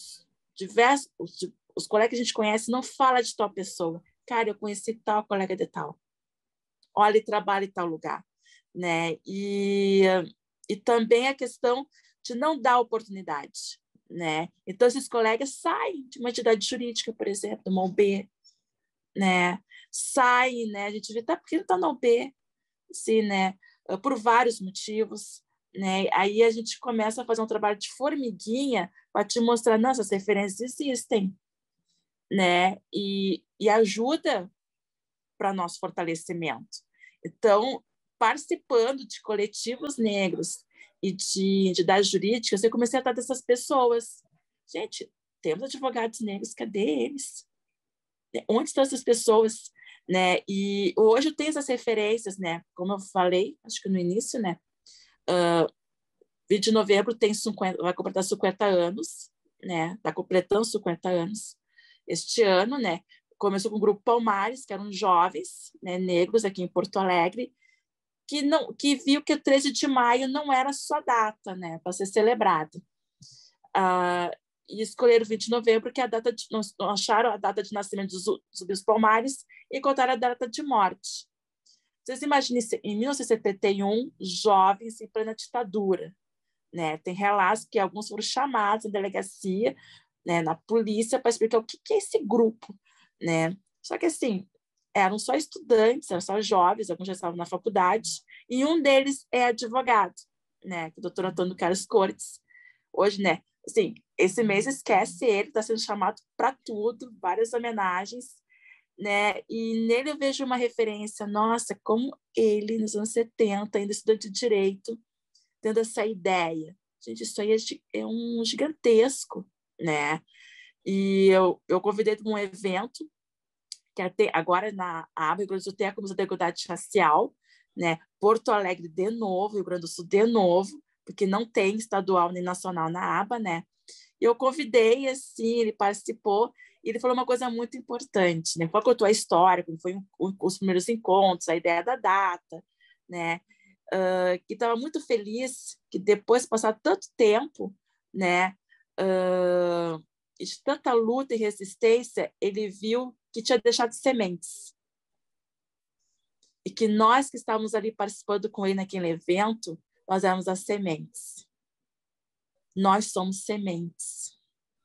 os colegas que a gente conhece não falam de tal pessoa. Cara, eu conheci tal colega de tal. Olha, ele trabalha em tal lugar, né? E também a questão de não dar oportunidade, né? Então, esses colegas saem de uma entidade jurídica, por exemplo, de uma OB, né? Saem, né? A gente vê, tá, porque não está na OB, assim, né? Por vários motivos, né? Aí a gente começa a fazer um trabalho de formiguinha para te mostrar, não, essas referências existem, né? E ajuda para nosso fortalecimento. Então, participando de coletivos negros e de entidades jurídicas, eu comecei a tratar dessas pessoas. Gente, temos advogados negros, cadê eles? Onde estão essas pessoas? Né? E hoje eu tenho essas referências, né? Como eu falei, acho que no início, né? 20 de novembro vai completar 50 anos, né? Está completando 50 anos este ano, né? Começou com o Grupo Palmares, que eram jovens, né, negros aqui em Porto Alegre, que viu que o 13 de maio não era só data, né, para ser celebrado. E escolheram 20 de novembro, que é a data não acharam a data de nascimento dos Zumbi dos Palmares e contaram a data de morte. Vocês imaginem, em 1971, jovens em plena ditadura, né? Tem relatos que alguns foram chamados na delegacia, né, na polícia, para explicar o que é esse grupo, né? Só que, assim, eram só estudantes, eram só jovens, alguns já estavam na faculdade, e um deles é advogado, né? O doutor Antônio Carlos Cortes. Hoje, né? Assim, esse mês esquece ele, está sendo chamado para tudo, várias homenagens, né? E nele eu vejo uma referência, nossa, como ele, nos anos 70, ainda estudante de Direito, tendo essa ideia. Gente, isso aí é um gigantesco, né? E eu convidei para um evento, que agora na aba Rio Grande do Sul tem a Comissão da Igualdade Racial, né? Porto Alegre de novo, Rio Grande do Sul de novo, porque não tem estadual nem nacional na aba, né? E eu convidei, assim, ele participou, e ele falou uma coisa muito importante, né? Contou a história, como foi os primeiros encontros, a ideia da data, né? Que estava muito feliz que depois de passar tanto tempo, né? De tanta luta e resistência, ele viu que tinha deixado sementes. E que nós que estávamos ali participando com ele naquele evento, nós éramos as sementes. Nós somos sementes.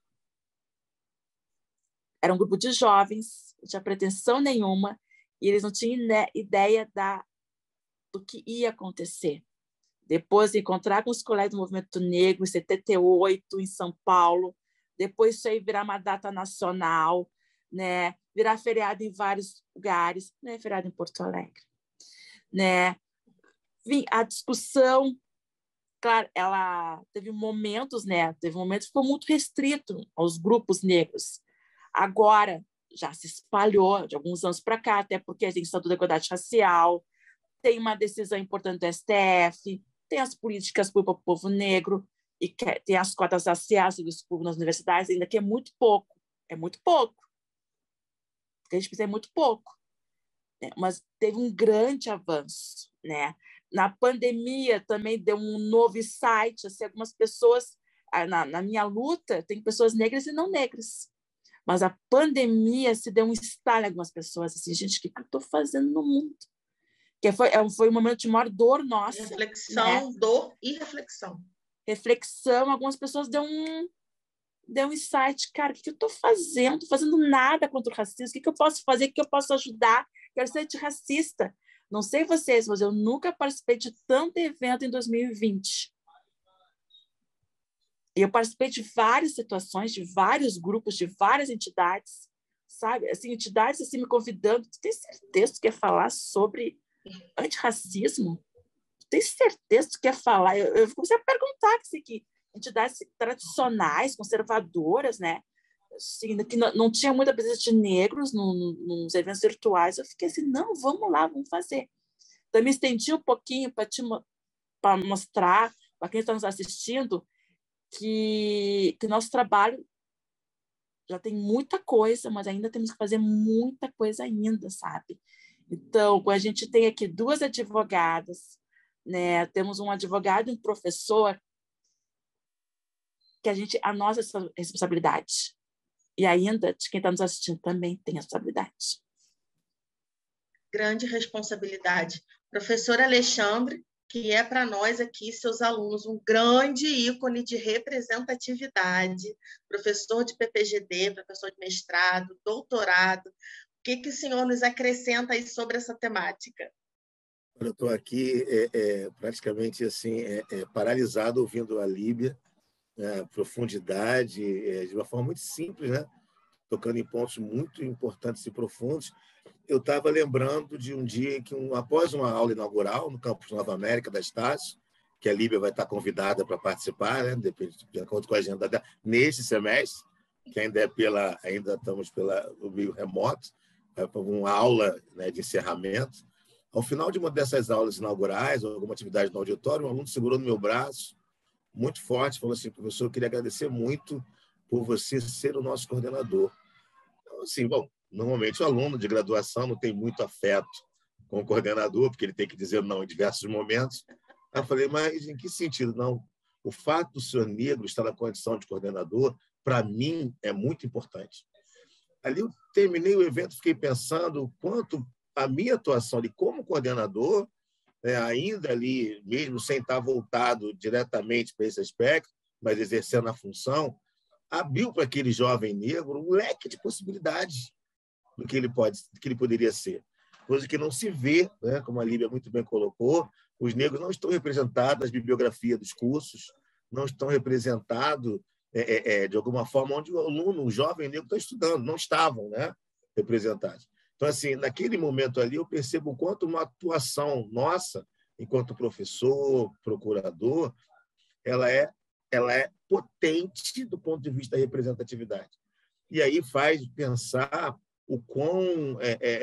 Era um grupo de jovens, não tinha pretensão nenhuma, e eles não tinham ideia do que ia acontecer. Depois de encontrar com os colegas do Movimento Negro, em 78, em São Paulo, depois isso aí virar uma data nacional, né? Virar feriado em vários lugares, né? Feriado em Porto Alegre. Né? A discussão, claro, ela teve momentos, né? Teve momentos que foi muito restrito aos grupos negros. Agora já se espalhou de alguns anos para cá, até porque a gente está da igualdade racial, tem uma decisão importante do STF, tem as políticas para o povo negro, e tem as cotas raciais dos povos nas universidades, ainda que é muito pouco. É muito pouco. Porque a gente precisa muito pouco. Né? Mas teve um grande avanço. Né? Na pandemia também deu um novo insight. Assim, algumas pessoas, na minha luta, tem pessoas negras e não negras. Mas a pandemia se deu um estalo em algumas pessoas. Assim, gente, o que eu estou fazendo no mundo? Que foi um momento de maior dor nossa. Reflexão, né? Dor e reflexão. Reflexão, algumas pessoas deu deu um insight, cara, o que eu estou fazendo? Não estou fazendo nada contra o racismo, o que eu posso fazer, o que eu posso ajudar? Quero ser antirracista. Não sei vocês, mas eu nunca participei de tanto evento em 2020. E eu participei de várias situações, de vários grupos, de várias entidades, sabe? Assim, entidades assim, me convidando. Tu tem certeza que tu quer falar sobre antirracismo? Tu tem certeza que tu quer falar? Eu comecei a perguntar que entidades tradicionais, conservadoras, né? Assim, que não tinha muita presença de negros nos eventos virtuais. Eu fiquei assim, não, vamos lá, vamos fazer. Então, me estendi um pouquinho para mostrar para quem está nos assistindo que nosso trabalho já tem muita coisa, mas ainda temos que fazer muita coisa ainda, sabe? Então, a gente tem aqui 2 advogadas, né? Temos um advogado e um professor que a nossa responsabilidade. E ainda, de quem está nos assistindo, também tem responsabilidade. Grande responsabilidade. Professor Alexandre, que é para nós aqui, seus alunos, um grande ícone de representatividade, professor de PPGD, professor de mestrado, doutorado. O que o senhor nos acrescenta aí sobre essa temática? Eu estou aqui praticamente assim, paralisado ouvindo a Líbia, profundidade, de uma forma muito simples, né? Tocando em pontos muito importantes e profundos. Eu estava lembrando de um dia que, após uma aula inaugural no campus Nova América da Estácio, que a Líbia vai estar convidada para participar, né, de acordo com a agenda dela, neste semestre, que ainda estamos pelo meio remoto, uma aula, né, de encerramento. Ao final de uma dessas aulas inaugurais, alguma atividade no auditório, um aluno segurou no meu braço, muito forte, falou assim: professor, eu queria agradecer muito por você ser o nosso coordenador. Então, assim, bom, normalmente o aluno de graduação não tem muito afeto com o coordenador, porque ele tem que dizer não em diversos momentos. Aí eu falei, mas em que sentido? Não, o fato do senhor negro estar na condição de coordenador, para mim, é muito importante. Ali eu terminei o evento, fiquei pensando o quanto a minha atuação ali como coordenador, ainda ali, mesmo sem estar voltado diretamente para esse aspecto, mas exercendo a função, abriu para aquele jovem negro um leque de possibilidades do que ele poderia ser. Coisa que não se vê, né? Como a Líbia muito bem colocou, os negros não estão representados nas bibliografias dos cursos, não estão representados de alguma forma onde o aluno, o jovem negro está estudando, não estavam, né, representados. Então, assim, naquele momento ali, eu percebo o quanto uma atuação nossa, enquanto professor, procurador, ela é potente do ponto de vista da representatividade. E aí faz pensar o quão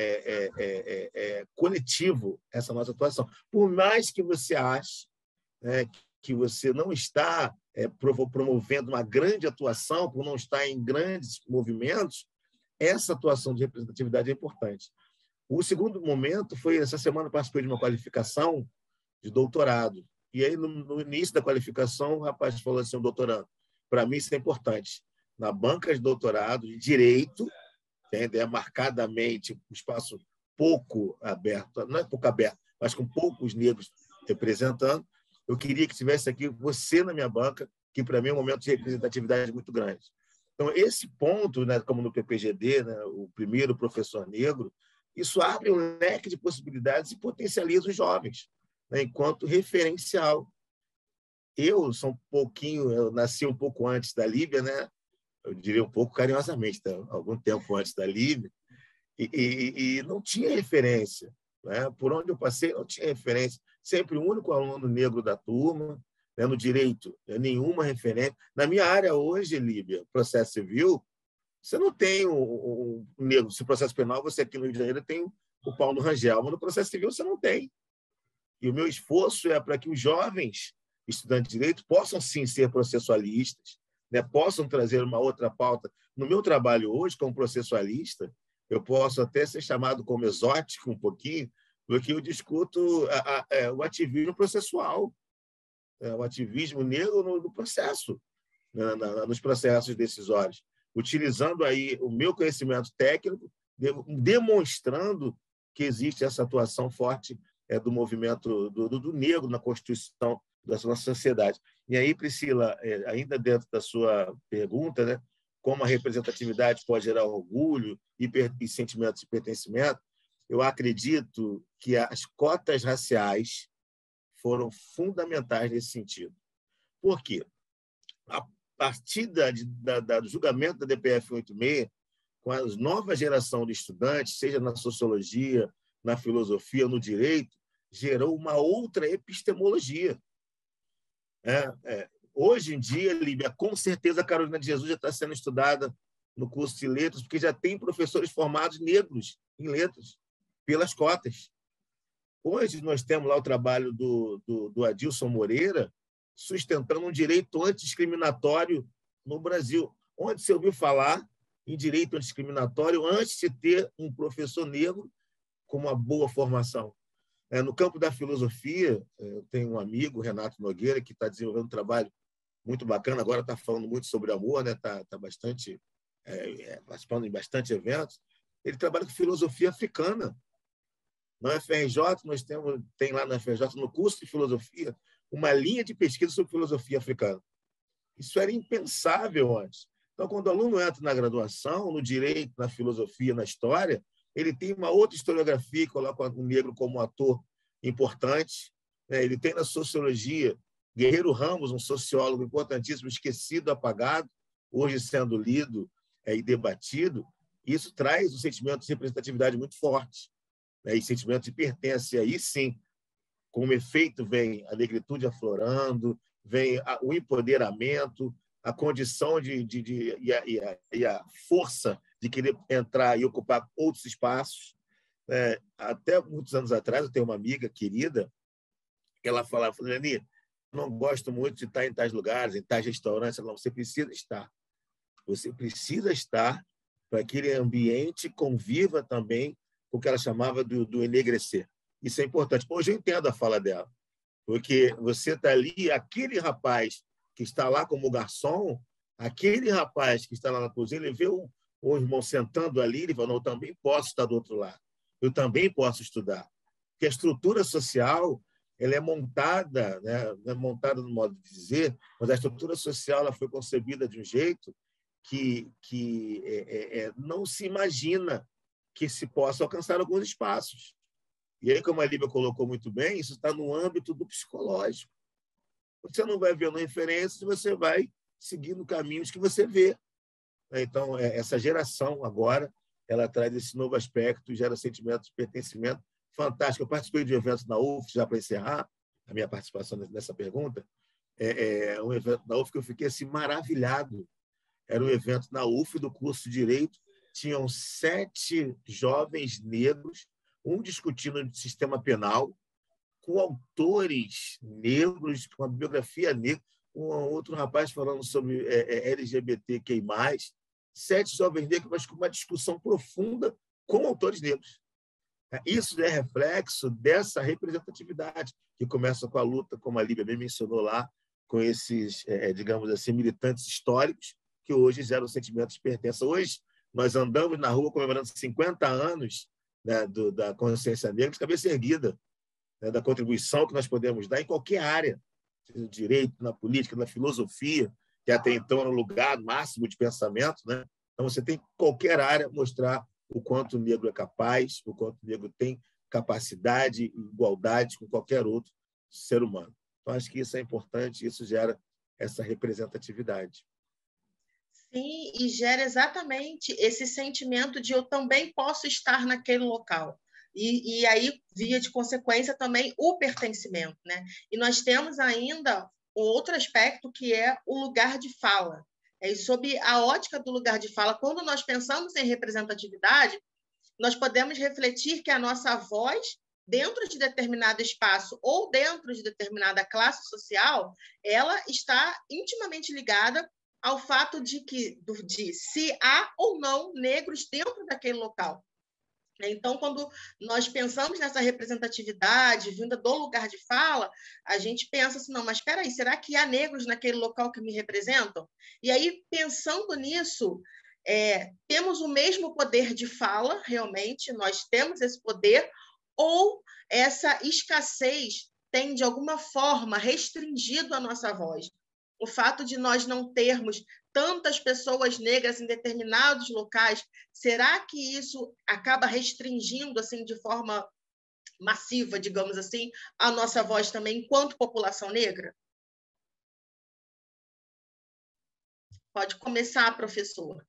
coletivo essa nossa atuação. Por mais que você ache, né, que você não está promovendo uma grande atuação, por não estar em grandes movimentos, essa atuação de representatividade é importante. O segundo momento foi, essa semana, participei de uma qualificação de doutorado. E aí, no início da qualificação, o rapaz falou assim, doutorando, para mim isso é importante. Na banca de doutorado, de direito, marcadamente um espaço pouco aberto, não é pouco aberto, mas com poucos negros representando, eu queria que tivesse aqui você na minha banca, que para mim é um momento de representatividade muito grande. Então, esse ponto, né, como no PPGD, né, o primeiro professor negro, isso abre um leque de possibilidades e potencializa os jovens, né, enquanto referencial. Eu nasci um pouco antes da Líbia, né? Eu diria um pouco carinhosamente, tá? Algum tempo antes da Líbia, e não tinha referência, né? Por onde eu passei, não tinha referência. Sempre o único aluno negro da turma, né? No direito, nenhuma referência. Na minha área hoje, Líbia, processo civil, você não tem um negro. Se processo penal, você aqui no Rio de Janeiro tem o Paulo Rangel, mas no processo civil você não tem. E o meu esforço é para que os jovens estudantes de direito possam, sim, ser processualistas, né? Possam trazer uma outra pauta. No meu trabalho hoje, como processualista, eu posso até ser chamado como exótico um pouquinho, porque eu discuto o ativismo processual, o ativismo negro no processo, nos processos decisórios, utilizando aí o meu conhecimento técnico, demonstrando que existe essa atuação forte do movimento do negro na constituição da nossa sociedade. E aí, Priscila, ainda dentro da sua pergunta, né, como a representatividade pode gerar orgulho e sentimento de pertencimento, eu acredito que as cotas raciais foram fundamentais nesse sentido. Por quê? A partir do julgamento da DPF 86, com a nova geração de estudantes, seja na sociologia, na filosofia, no direito, gerou uma outra epistemologia. Hoje em dia, Líbia, com certeza a Carolina de Jesus já está sendo estudada no curso de letras, porque já tem professores formados negros em letras, pelas cotas. Hoje nós temos lá o trabalho do Adilson Moreira, sustentando um direito antidiscriminatório no Brasil. Onde se ouviu falar em direito antidiscriminatório antes de ter um professor negro com uma boa formação? No campo da filosofia, eu tenho um amigo, Renato Nogueira, que está desenvolvendo um trabalho muito bacana, agora está falando muito sobre amor, né? Tá bastante participando em bastante eventos. Ele trabalha com filosofia africana. Na UFRJ, nós tem lá na UFRJ, no curso de filosofia, uma linha de pesquisa sobre filosofia africana. Isso era impensável antes. Então, quando o aluno entra na graduação, no direito, na filosofia, na história, ele tem uma outra historiografia que coloca o negro como um ator importante. Ele tem na sociologia Guerreiro Ramos, um sociólogo importantíssimo, esquecido, apagado, hoje sendo lido e debatido. Isso traz um sentimento de representatividade muito forte, e sentimento de pertença. E aí, sim, como efeito, vem a negritude aflorando, vem o empoderamento, a condição e a força de querer entrar e ocupar outros espaços. Até muitos anos atrás, eu tenho uma amiga querida, que ela falava, Leni, não gosto muito de estar em tais lugares, em tais restaurantes. Não, você precisa estar. Você precisa estar para que aquele ambiente conviva também com o que ela chamava do enegrecer. Isso é importante. Hoje eu entendo a fala dela, porque você está ali, aquele rapaz que está lá como garçom, aquele rapaz que está lá na cozinha, ele vê o irmão sentando ali, ele fala, não, eu também posso estar do outro lado, eu também posso estudar. Porque a estrutura social ela é montada, né? Não é montada no modo de dizer, mas a estrutura social ela foi concebida de um jeito que não se imagina que se possa alcançar alguns espaços. E aí, como a Líbia colocou muito bem, isso está no âmbito do psicológico. Você não vai vendo referências, você vai seguindo caminhos que você vê. Então, essa geração agora, ela traz esse novo aspecto, gera sentimento de pertencimento fantástico. Eu participei de um evento na UF, já para encerrar a minha participação nessa pergunta, um evento na UF que eu fiquei assim, maravilhado. Era um evento na UF do curso de Direito, tinham 7 jovens negros, um discutindo o sistema penal, com autores negros, com uma biografia negra, um outro rapaz falando sobre LGBTQI+, 7 jovens negros, mas com uma discussão profunda com autores negros. Isso é reflexo dessa representatividade, que começa com a luta, como a Líbia bem mencionou lá, com esses, digamos assim, militantes históricos, que hoje geram sentimentos de pertença. Hoje, nós andamos na rua comemorando 50 anos, né, da consciência negra, de cabeça erguida, né, da contribuição que nós podemos dar em qualquer área, no direito, na política, na filosofia, que até então era um lugar máximo de pensamento, né? Então, você tem em qualquer área mostrar o quanto o negro é capaz, o quanto o negro tem capacidade e igualdade com qualquer outro ser humano. Então, acho que isso é importante, isso gera essa representatividade. Sim, e gera exatamente esse sentimento de eu também posso estar naquele local. E aí, via de consequência, também o pertencimento, né? E nós temos ainda outro aspecto que é o lugar de fala. E sob a ótica do lugar de fala, quando nós pensamos em representatividade, nós podemos refletir que a nossa voz, dentro de determinado espaço ou dentro de determinada classe social, ela está intimamente ligada ao fato de se há ou não negros dentro daquele local. Então, quando nós pensamos nessa representatividade vinda do lugar de fala, a gente pensa assim, não, mas espera aí, será que há negros naquele local que me representam? E aí, pensando nisso, temos o mesmo poder de fala, realmente, nós temos esse poder, ou essa escassez tem, de alguma forma, restringido a nossa voz. O fato de nós não termos tantas pessoas negras em determinados locais, será que isso acaba restringindo, assim, de forma massiva, digamos assim, a nossa voz também enquanto população negra? Pode começar, professor.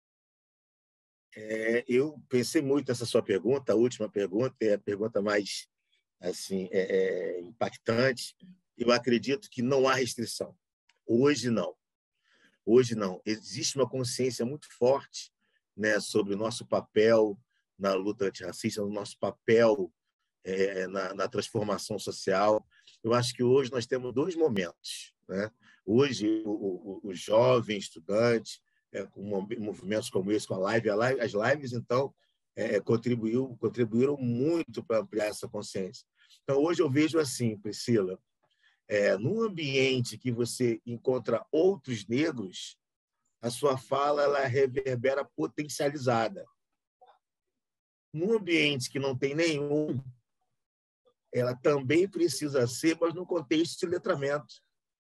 Eu pensei muito nessa sua pergunta, a última pergunta, é a pergunta mais assim, impactante. Eu acredito que não há restrição. Hoje, não. Hoje, não. Existe uma consciência muito forte, né, sobre o nosso papel na luta antirracista, no nosso papel na transformação social. Eu acho que hoje nós temos dois momentos, né? Hoje, o jovem estudante, com movimentos como esse, com as lives, então, contribuíram muito para ampliar essa consciência. Então, hoje eu vejo assim, Priscila, num ambiente que você encontra outros negros, a sua fala ela reverbera potencializada. Num ambiente que não tem nenhum, ela também precisa ser, mas no contexto de letramento.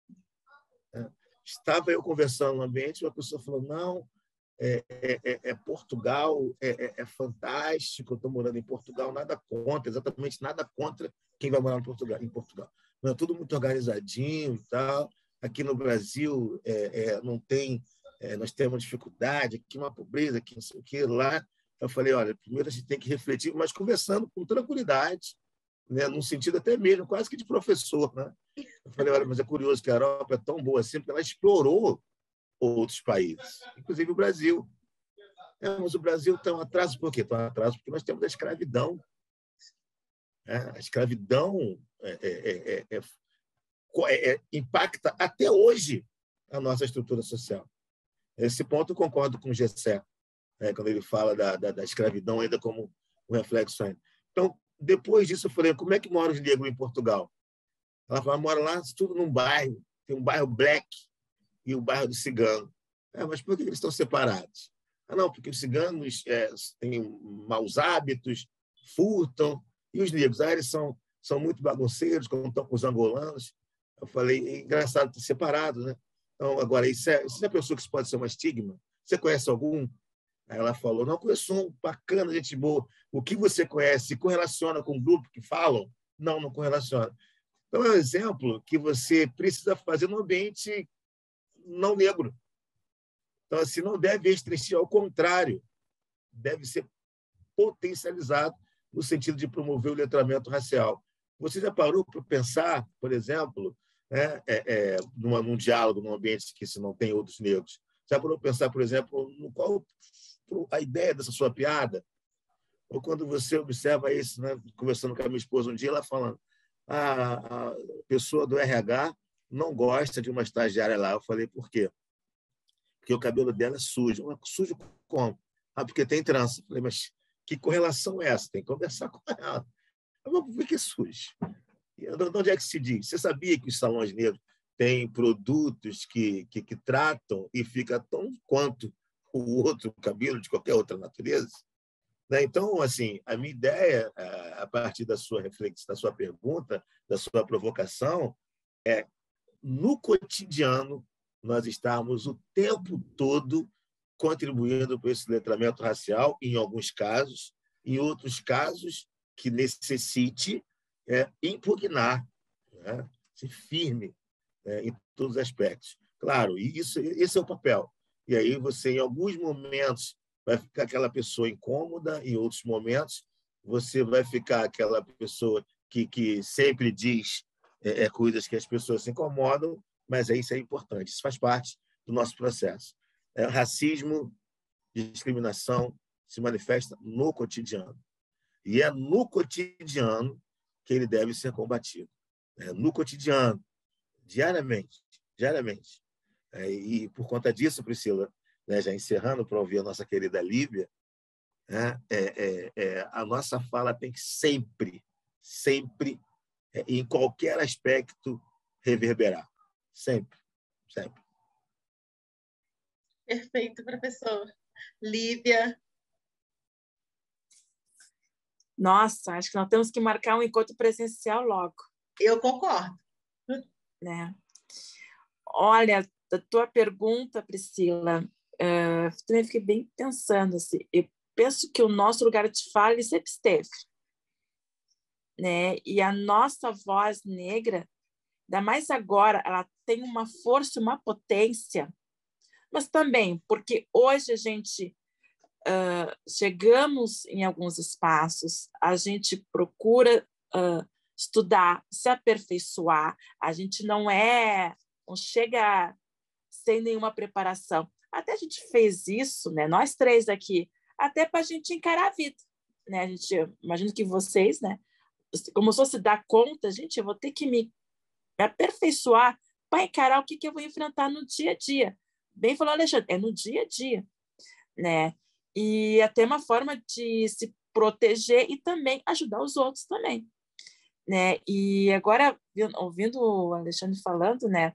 Estava eu conversando no ambiente, uma pessoa falou, não, Portugal é fantástico, eu estou morando em Portugal, nada contra, exatamente nada contra quem vai morar em Portugal. Não, é tudo muito organizadinho e tal. Aqui no Brasil não tem, nós temos dificuldade, aqui uma pobreza, aqui não sei o que, lá. Eu falei, olha, primeiro a gente tem que refletir, mas conversando com tranquilidade, né, num sentido até mesmo quase que de professor, né? Eu falei, olha, mas é curioso que a Europa é tão boa assim, porque ela explorou outros países, inclusive o Brasil. Mas o Brasil está um atraso por quê? Está um atraso porque nós temos a escravidão. A escravidão impacta até hoje a nossa estrutura social. Nesse ponto eu concordo com o Gessé, quando ele fala da escravidão ainda como um reflexo ainda. Então, depois disso, eu falei, como é que moram os negros em Portugal? Ela fala, mora lá tudo num bairro, tem um bairro black e o bairro do cigano. Mas por que eles estão separados? Não, porque os ciganos têm maus hábitos, furtam, e os negros, eles são muito bagunceiros, como estão com os angolanos. Eu falei, engraçado, estão separados, né? Então, agora, isso é pessoa que isso pode ser um estigma? Você conhece algum? Aí ela falou, não, conheço um bacana, gente boa. O que você conhece se correlaciona com o grupo que falam? Não correlaciona. Então, é um exemplo que você precisa fazer no ambiente não negro. Então, assim, não deve restringir, ao contrário, deve ser potencializado no sentido de promover o letramento racial. Você já parou para pensar, por exemplo, num diálogo, num ambiente que se não tem outros negros? Já parou para pensar, por exemplo, no qual a ideia dessa sua piada? Ou quando você observa isso, né, conversando com a minha esposa um dia, ela falando, a pessoa do RH não gosta de uma estagiária lá. Eu falei, por quê? Porque o cabelo dela é sujo. Sujo como? Porque tem trança. Eu falei, mas que correlação é essa? Tem que conversar com ela. Mas por que é sujo? De onde é que se diz? Você sabia que os salões negros têm produtos que tratam e fica tão quanto o outro cabelo de qualquer outra natureza? Então, assim, a minha ideia, a partir da sua reflexão, da sua pergunta, da sua provocação, no cotidiano, nós estamos o tempo todo contribuindo para esse letramento racial, em alguns casos, em outros casos que necessite impugnar, né? Ser firme, em todos os aspectos. Claro, esse é o papel. E aí você, em alguns momentos, vai ficar aquela pessoa incômoda, em outros momentos, você vai ficar aquela pessoa que sempre diz coisas que as pessoas se incomodam, mas isso é importante, isso faz parte do nosso processo. Racismo, discriminação se manifesta no cotidiano. E é no cotidiano que ele deve ser combatido. No cotidiano, diariamente. E por conta disso, Priscila, já encerrando para ouvir a nossa querida Lívia, a nossa fala tem que sempre, em qualquer aspecto, reverberar. Sempre. Perfeito, professor. Lívia. Nossa, acho que nós temos que marcar um encontro presencial logo. Eu concordo. Né? Olha, a tua pergunta, Priscila, também fiquei bem pensando assim. Eu penso que o nosso lugar de fala ele sempre esteve, né? E a nossa voz negra, ainda mais agora, ela tem uma força, uma potência, mas também porque hoje a gente chegamos em alguns espaços, a gente procura estudar, se aperfeiçoar, a gente não chega sem nenhuma preparação. Até a gente fez isso, né? Nós três aqui, até para a gente encarar a vida, né? A gente, imagino que vocês, né? Como se fosse dar conta, gente, eu vou ter que me aperfeiçoar para encarar o que eu vou enfrentar no dia a dia. Bem falou, Alexandre, é no dia a dia, né? E até uma forma de se proteger e também ajudar os outros também, né? E agora, ouvindo o Alexandre falando, né?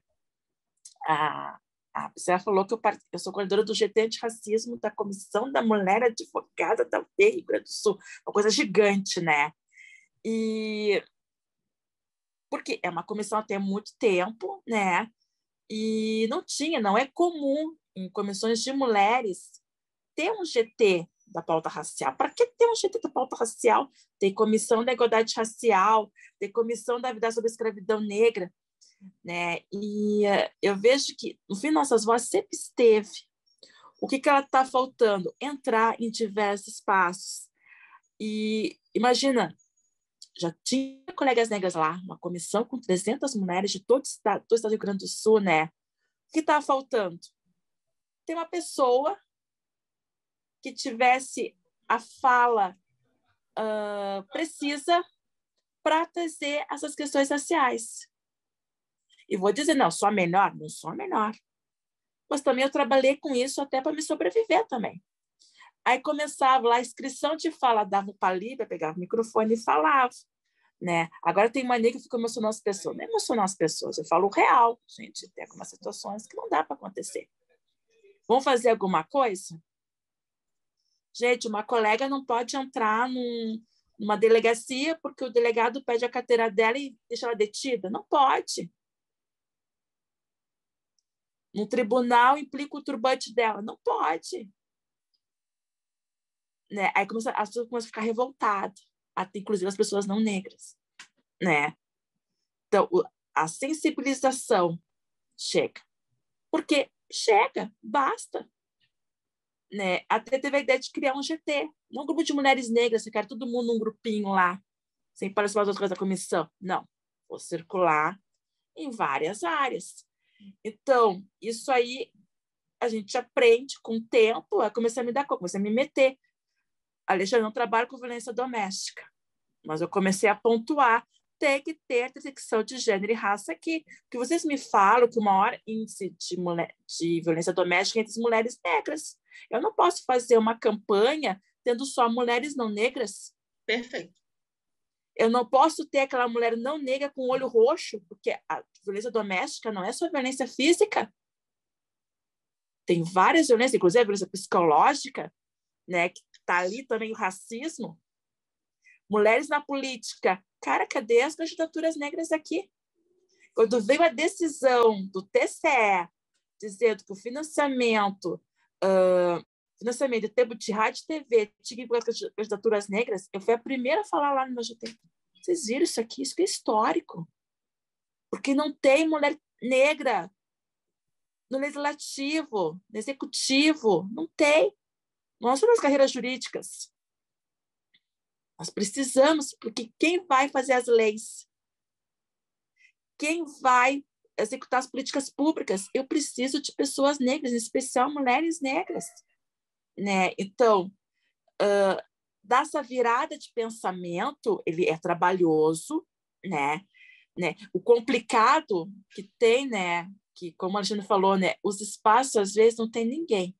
Você falou que eu sou coordenadora do GT Antirracismo da Comissão da Mulher Advogada da UTI, Rio Grande do Sul, uma coisa gigante, né? E porque é uma comissão até muito tempo, né? E não é comum em comissões de mulheres ter um GT da pauta racial. Para que ter um GT da pauta racial? Tem comissão da igualdade racial, tem comissão da vida sobre a escravidão negra, né? E eu vejo que, no fim, nossas vozes sempre esteve. O que ela está faltando? Entrar em diversos espaços. E imagina, já tinha colegas negras lá, uma comissão com 300 mulheres de todo o estado do Rio Grande do Sul, né? O que está faltando? Tem uma pessoa que tivesse a fala precisa para trazer essas questões raciais. E vou dizer, não, sou a melhor? Não sou a melhor. Mas também eu trabalhei com isso até para me sobreviver também. Aí começava lá a inscrição de fala, dava o palíbra, pegava o microfone e falava, né? Agora tem mania que eu fico emocionando as pessoas. Não é emocionar as pessoas, eu falo o real, gente. Tem algumas situações que não dá para acontecer. Vamos fazer alguma coisa? Gente, uma colega não pode entrar numa delegacia porque o delegado pede a carteira dela e deixa ela detida. Não pode. No tribunal implica o turbante dela. Não pode. Né? Aí as pessoas começam a ficar revoltadas, até inclusive as pessoas não negras. Né? Então, a sensibilização chega. Porque chega, basta. Né? Até teve a ideia de criar um GT, não um grupo de mulheres negras, ficar todo mundo num grupinho lá, sem participar das outras coisas da comissão. Não, vou circular em várias áreas. Então, isso aí a gente aprende com o tempo, eu comecei a me dar conta, comecei a me meter. Alexandre, não trabalho com violência doméstica, mas eu comecei a pontuar, tem que ter detecção de gênero e raça aqui, porque vocês me falam que o maior índice de violência doméstica é entre as mulheres negras. Eu não posso fazer uma campanha tendo só mulheres não negras. Perfeito. Eu não posso ter aquela mulher não negra com o olho roxo, porque a violência doméstica não é só violência física. Tem várias violências, inclusive a violência psicológica, né, que está ali também o racismo. Mulheres na política. Cara, cadê as candidaturas negras aqui? Quando veio a decisão do TCE dizendo que o financiamento de tempo de rádio e TV tinha que as candidaturas negras, eu fui a primeira a falar lá no meu GT. Vocês viram isso aqui? Isso que é histórico. Porque não tem mulher negra no legislativo, no executivo. Não tem. Nós somos nas carreiras jurídicas. Nós precisamos, porque quem vai fazer as leis? Quem vai executar as políticas públicas? Eu preciso de pessoas negras, em especial mulheres negras. Né? Então, dar essa virada de pensamento, ele é trabalhoso, né? O complicado que tem, né? Que, como a Alexandre falou, né? Os espaços, às vezes, não tem ninguém.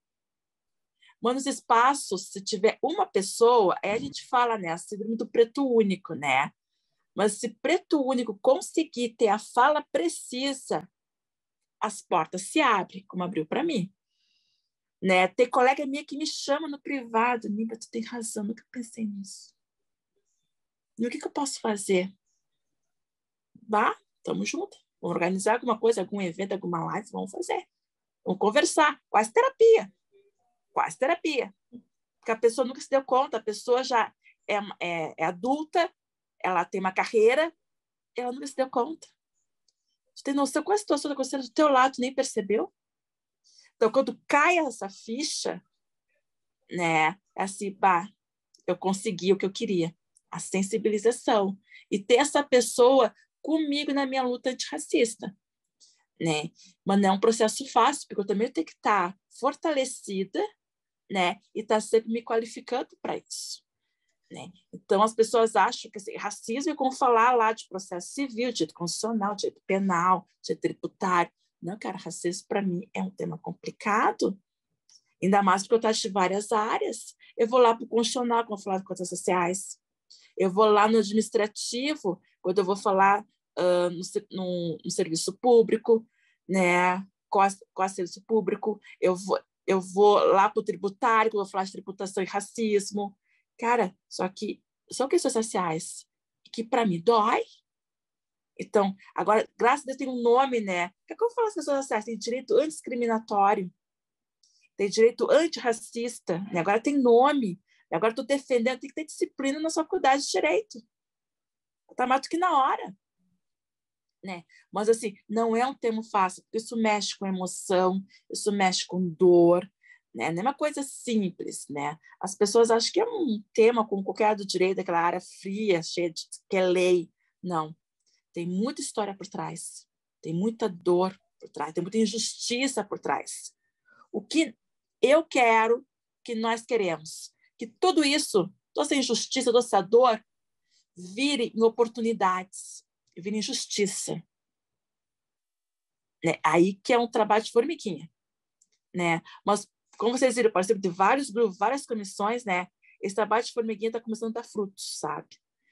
Mas nos espaços, se tiver uma pessoa, aí a gente fala, né? A síndrome do preto único, né? Mas se preto único conseguir ter a fala precisa, as portas se abrem, como abriu para mim. Né? Tem colega minha que me chama no privado, Niba, tu tem razão, nunca pensei nisso. E o que eu posso fazer? Estamos juntos. Vamos organizar alguma coisa, algum evento, alguma live, vamos fazer. Vamos conversar. Quase terapia. Quase terapia. Porque a pessoa nunca se deu conta, a pessoa já é adulta, ela tem uma carreira, ela nunca se deu conta. Você tem noção qual a situação está acontecendo do teu lado, tu nem percebeu? Então, quando cai essa ficha, né, é assim, eu consegui o que eu queria. A sensibilização. E ter essa pessoa comigo na minha luta antirracista. Né? Mas não é um processo fácil, porque eu também tenho que estar fortalecida, né? E estar sempre me qualificando para isso. Né? Então, as pessoas acham que assim, racismo é como falar lá de processo civil, direito constitucional, direito penal, direito tributário. Não, cara, racismo para mim é um tema complicado, ainda mais porque eu trato de várias áreas. Eu vou lá para o constitucional, quando eu falar de coisas sociais. Eu vou lá no administrativo, quando eu vou falar no serviço público, né? Qual serviço público. Eu vou lá para o tributário, quando eu vou falar de tributação e racismo. Cara, só que são questões sociais que para mim dói. Então, agora, graças a Deus tem um nome, né? O que é que eu falo as pessoas sociais? Tem direito antidiscriminatório, tem direito antirracista, né? Agora tem nome. Agora estou defendendo, tem que ter disciplina na sua faculdade de direito. Está mais do que na hora. Né? Mas, assim, não é um termo fácil, porque isso mexe com emoção, isso mexe com dor, né? Não é uma coisa simples, né? As pessoas acham que é um tema como qualquer área do direito, aquela área fria, cheia de que é lei. Não. Tem muita história por trás, tem muita dor por trás, tem muita injustiça por trás. O que eu quero, que nós queremos, que tudo isso, toda essa injustiça, toda essa dor, vire em oportunidades, vire em justiça. Né? Aí que é um trabalho de formiguinha. Né? Mas, como vocês viram, participam de vários grupos, várias comissões, né? Esse trabalho de formiguinha está começando a dar frutos, sabe?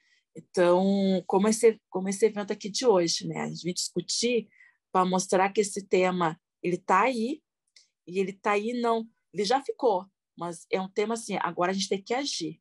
Então, como esse evento aqui de hoje, né? A gente vai discutir para mostrar que esse tema ele está aí, e ele está aí, não, ele já ficou, mas é um tema assim, agora a gente tem que agir.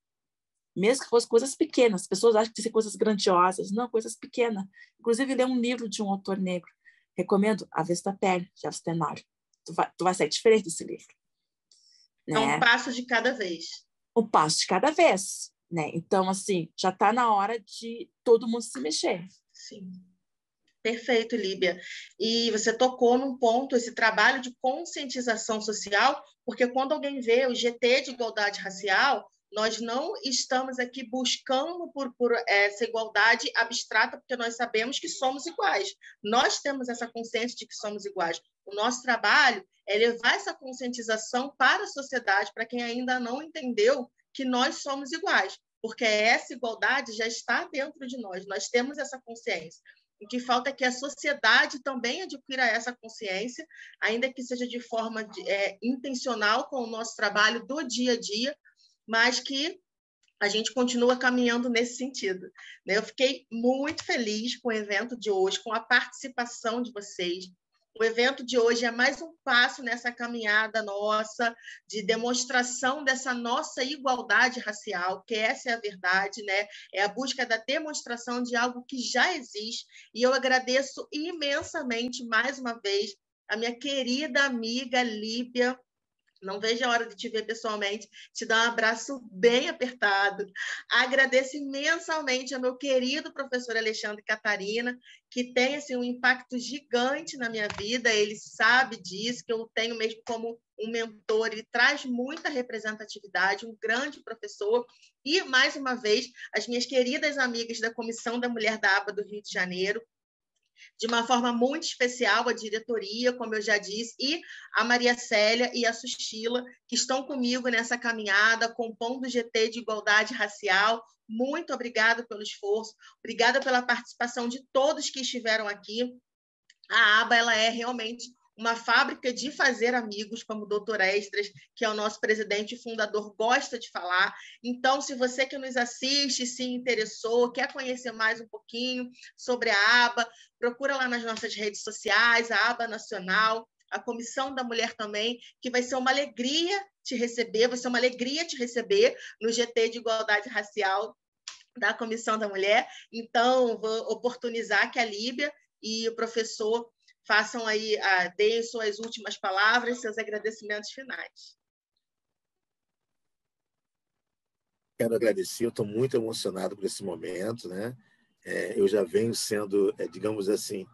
Mesmo que fossem coisas pequenas, as pessoas acham que tem que ser coisas grandiosas, não, coisas pequenas. Inclusive, ler um livro de um autor negro. Recomendo A Vez da Pele, de Elcio Tenório. Tu vai sair diferente desse livro. Né? É um passo de cada vez. Um passo de cada vez. Né? Então, assim, já está na hora de todo mundo se mexer. Sim. Perfeito, Líbia. E você tocou num ponto, esse trabalho de conscientização social, porque quando alguém vê o GT de igualdade racial, nós não estamos aqui buscando por essa igualdade abstrata, porque nós sabemos que somos iguais. Nós temos essa consciência de que somos iguais. O nosso trabalho é levar essa conscientização para a sociedade, para quem ainda não entendeu que nós somos iguais, porque essa igualdade já está dentro de nós, nós temos essa consciência. O que falta é que a sociedade também adquira essa consciência, ainda que seja de forma intencional com o nosso trabalho do dia a dia, mas que a gente continua caminhando nesse sentido. Eu fiquei muito feliz com o evento de hoje, com a participação de vocês. O evento de hoje é mais um passo nessa caminhada nossa de demonstração dessa nossa igualdade racial, que essa é a verdade, né? É a busca da demonstração de algo que já existe. E eu agradeço imensamente, mais uma vez, a minha querida amiga Líbia. Não vejo a hora de te ver pessoalmente, te dar um abraço bem apertado. Agradeço imensamente ao meu querido professor Alexandre Catarina, que tem assim, um impacto gigante na minha vida, ele sabe disso, que eu o tenho mesmo como um mentor, ele traz muita representatividade, um grande professor. E, mais uma vez, as minhas queridas amigas da Comissão da Mulher da ABA do Rio de Janeiro, de uma forma muito especial, a diretoria, como eu já disse, e a Maria Célia e a Sustila, que estão comigo nessa caminhada, compondo o GT de Igualdade Racial. Muito obrigada pelo esforço, obrigada pela participação de todos que estiveram aqui. A ABA ela é realmente uma fábrica de fazer amigos, como o Dr. Esdras, que é o nosso presidente e fundador, gosta de falar. Então, se você que nos assiste se interessou, quer conhecer mais um pouquinho sobre a ABA, procura lá nas nossas redes sociais, a ABA Nacional, a Comissão da Mulher também, que vai ser uma alegria te receber, vai ser uma alegria te receber no GT de Igualdade Racial da Comissão da Mulher. Então, vou oportunizar que a Líbia e o professor façam aí, deem suas últimas palavras, seus agradecimentos finais. Quero agradecer, eu estou muito emocionado por esse momento, né? Eu já venho sendo, digamos assim,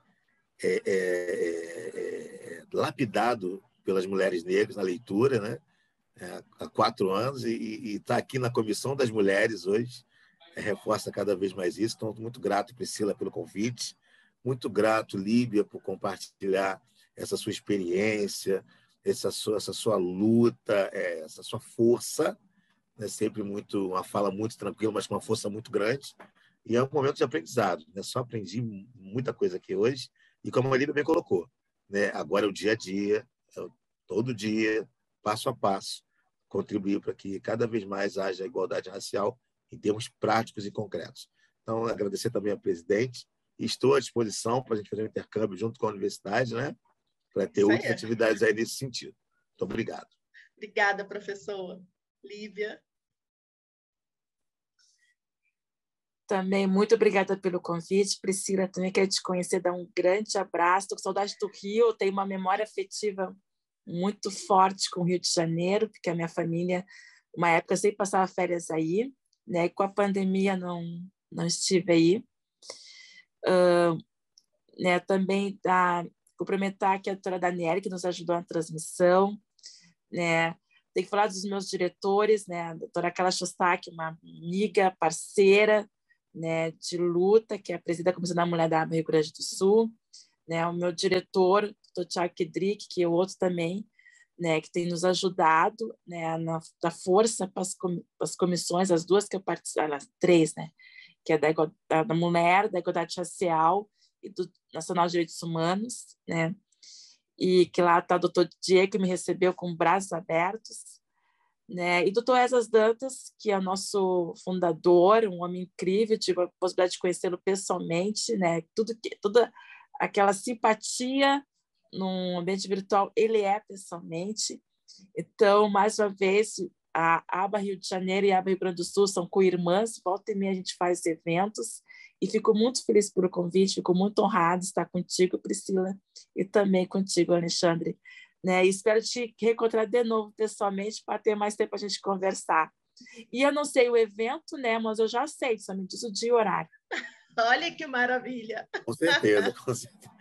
lapidado pelas mulheres negras na leitura, né? Há 4 anos, e estar aqui na Comissão das Mulheres hoje reforça cada vez mais isso. Então, muito grato, Priscila, pelo convite, muito grato, Líbia, por compartilhar essa sua experiência, essa sua luta, essa sua força, né? Sempre uma fala muito tranquila, mas com uma força muito grande. E é um momento de aprendizado, né? Só aprendi muita coisa aqui hoje. E como a Líbia bem colocou, né? Agora é o dia a dia, todo dia, passo a passo, contribuir para que cada vez mais haja igualdade racial em termos práticos e concretos. Então, agradecer também à presidente, e estou à disposição para a gente fazer um intercâmbio junto com a universidade, né? Para ter outras atividades aí nesse sentido. Muito obrigado. Obrigada, professor. Lívia. Também muito obrigada pelo convite. Priscila, também quero te conhecer, dar um grande abraço. Estou com saudade do Rio, eu tenho uma memória afetiva muito forte com o Rio de Janeiro, porque a minha família, uma época, sempre passava férias aí, né? E com a pandemia não estive aí. Né? Também cumprimentar aqui a doutora Daniele, que nos ajudou na transmissão, né? Tem que falar dos meus diretores, né? A doutora Carla Shostak, uma amiga, parceira, né, de luta, que é a presidente da Comissão da Mulher da Rio Grande do Sul, né? O meu diretor, o Dr. Thiago Kedrick, que é outro também, né, que tem nos ajudado, né, na força para as comissões, as duas que eu participo, as 3, né, que é da Mulher, da Igualdade Racial e do Nacional de Direitos Humanos, né, e que lá está o Dr. Diego, que me recebeu com braços abertos, né, e Dr. Esas Dantas, que é o nosso fundador, um homem incrível, tive a possibilidade de conhecê-lo pessoalmente, né, toda aquela simpatia num ambiente virtual, ele é pessoalmente. Então, mais uma vez, a ABA Rio de Janeiro e a ABA Rio Grande do Sul são co-irmãs, volta e meia a gente faz eventos, e fico muito feliz pelo convite, fico muito honrada de estar contigo, Priscila, e também contigo, Alexandre. Né? E espero te reencontrar de novo pessoalmente para ter mais tempo para a gente conversar. E eu não sei o evento, né? Mas eu já sei, só me diz o dia e o horário. Olha que maravilha! Com certeza, com certeza.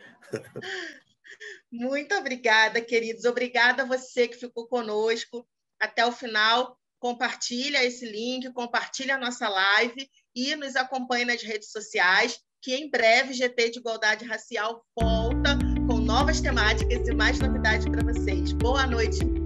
Muito obrigada, queridos. Obrigada a você que ficou conosco até o final. Compartilha esse link, compartilha a nossa live e nos acompanhe nas redes sociais, que em breve GT de Igualdade Racial volta com novas temáticas e mais novidades para vocês. Boa noite.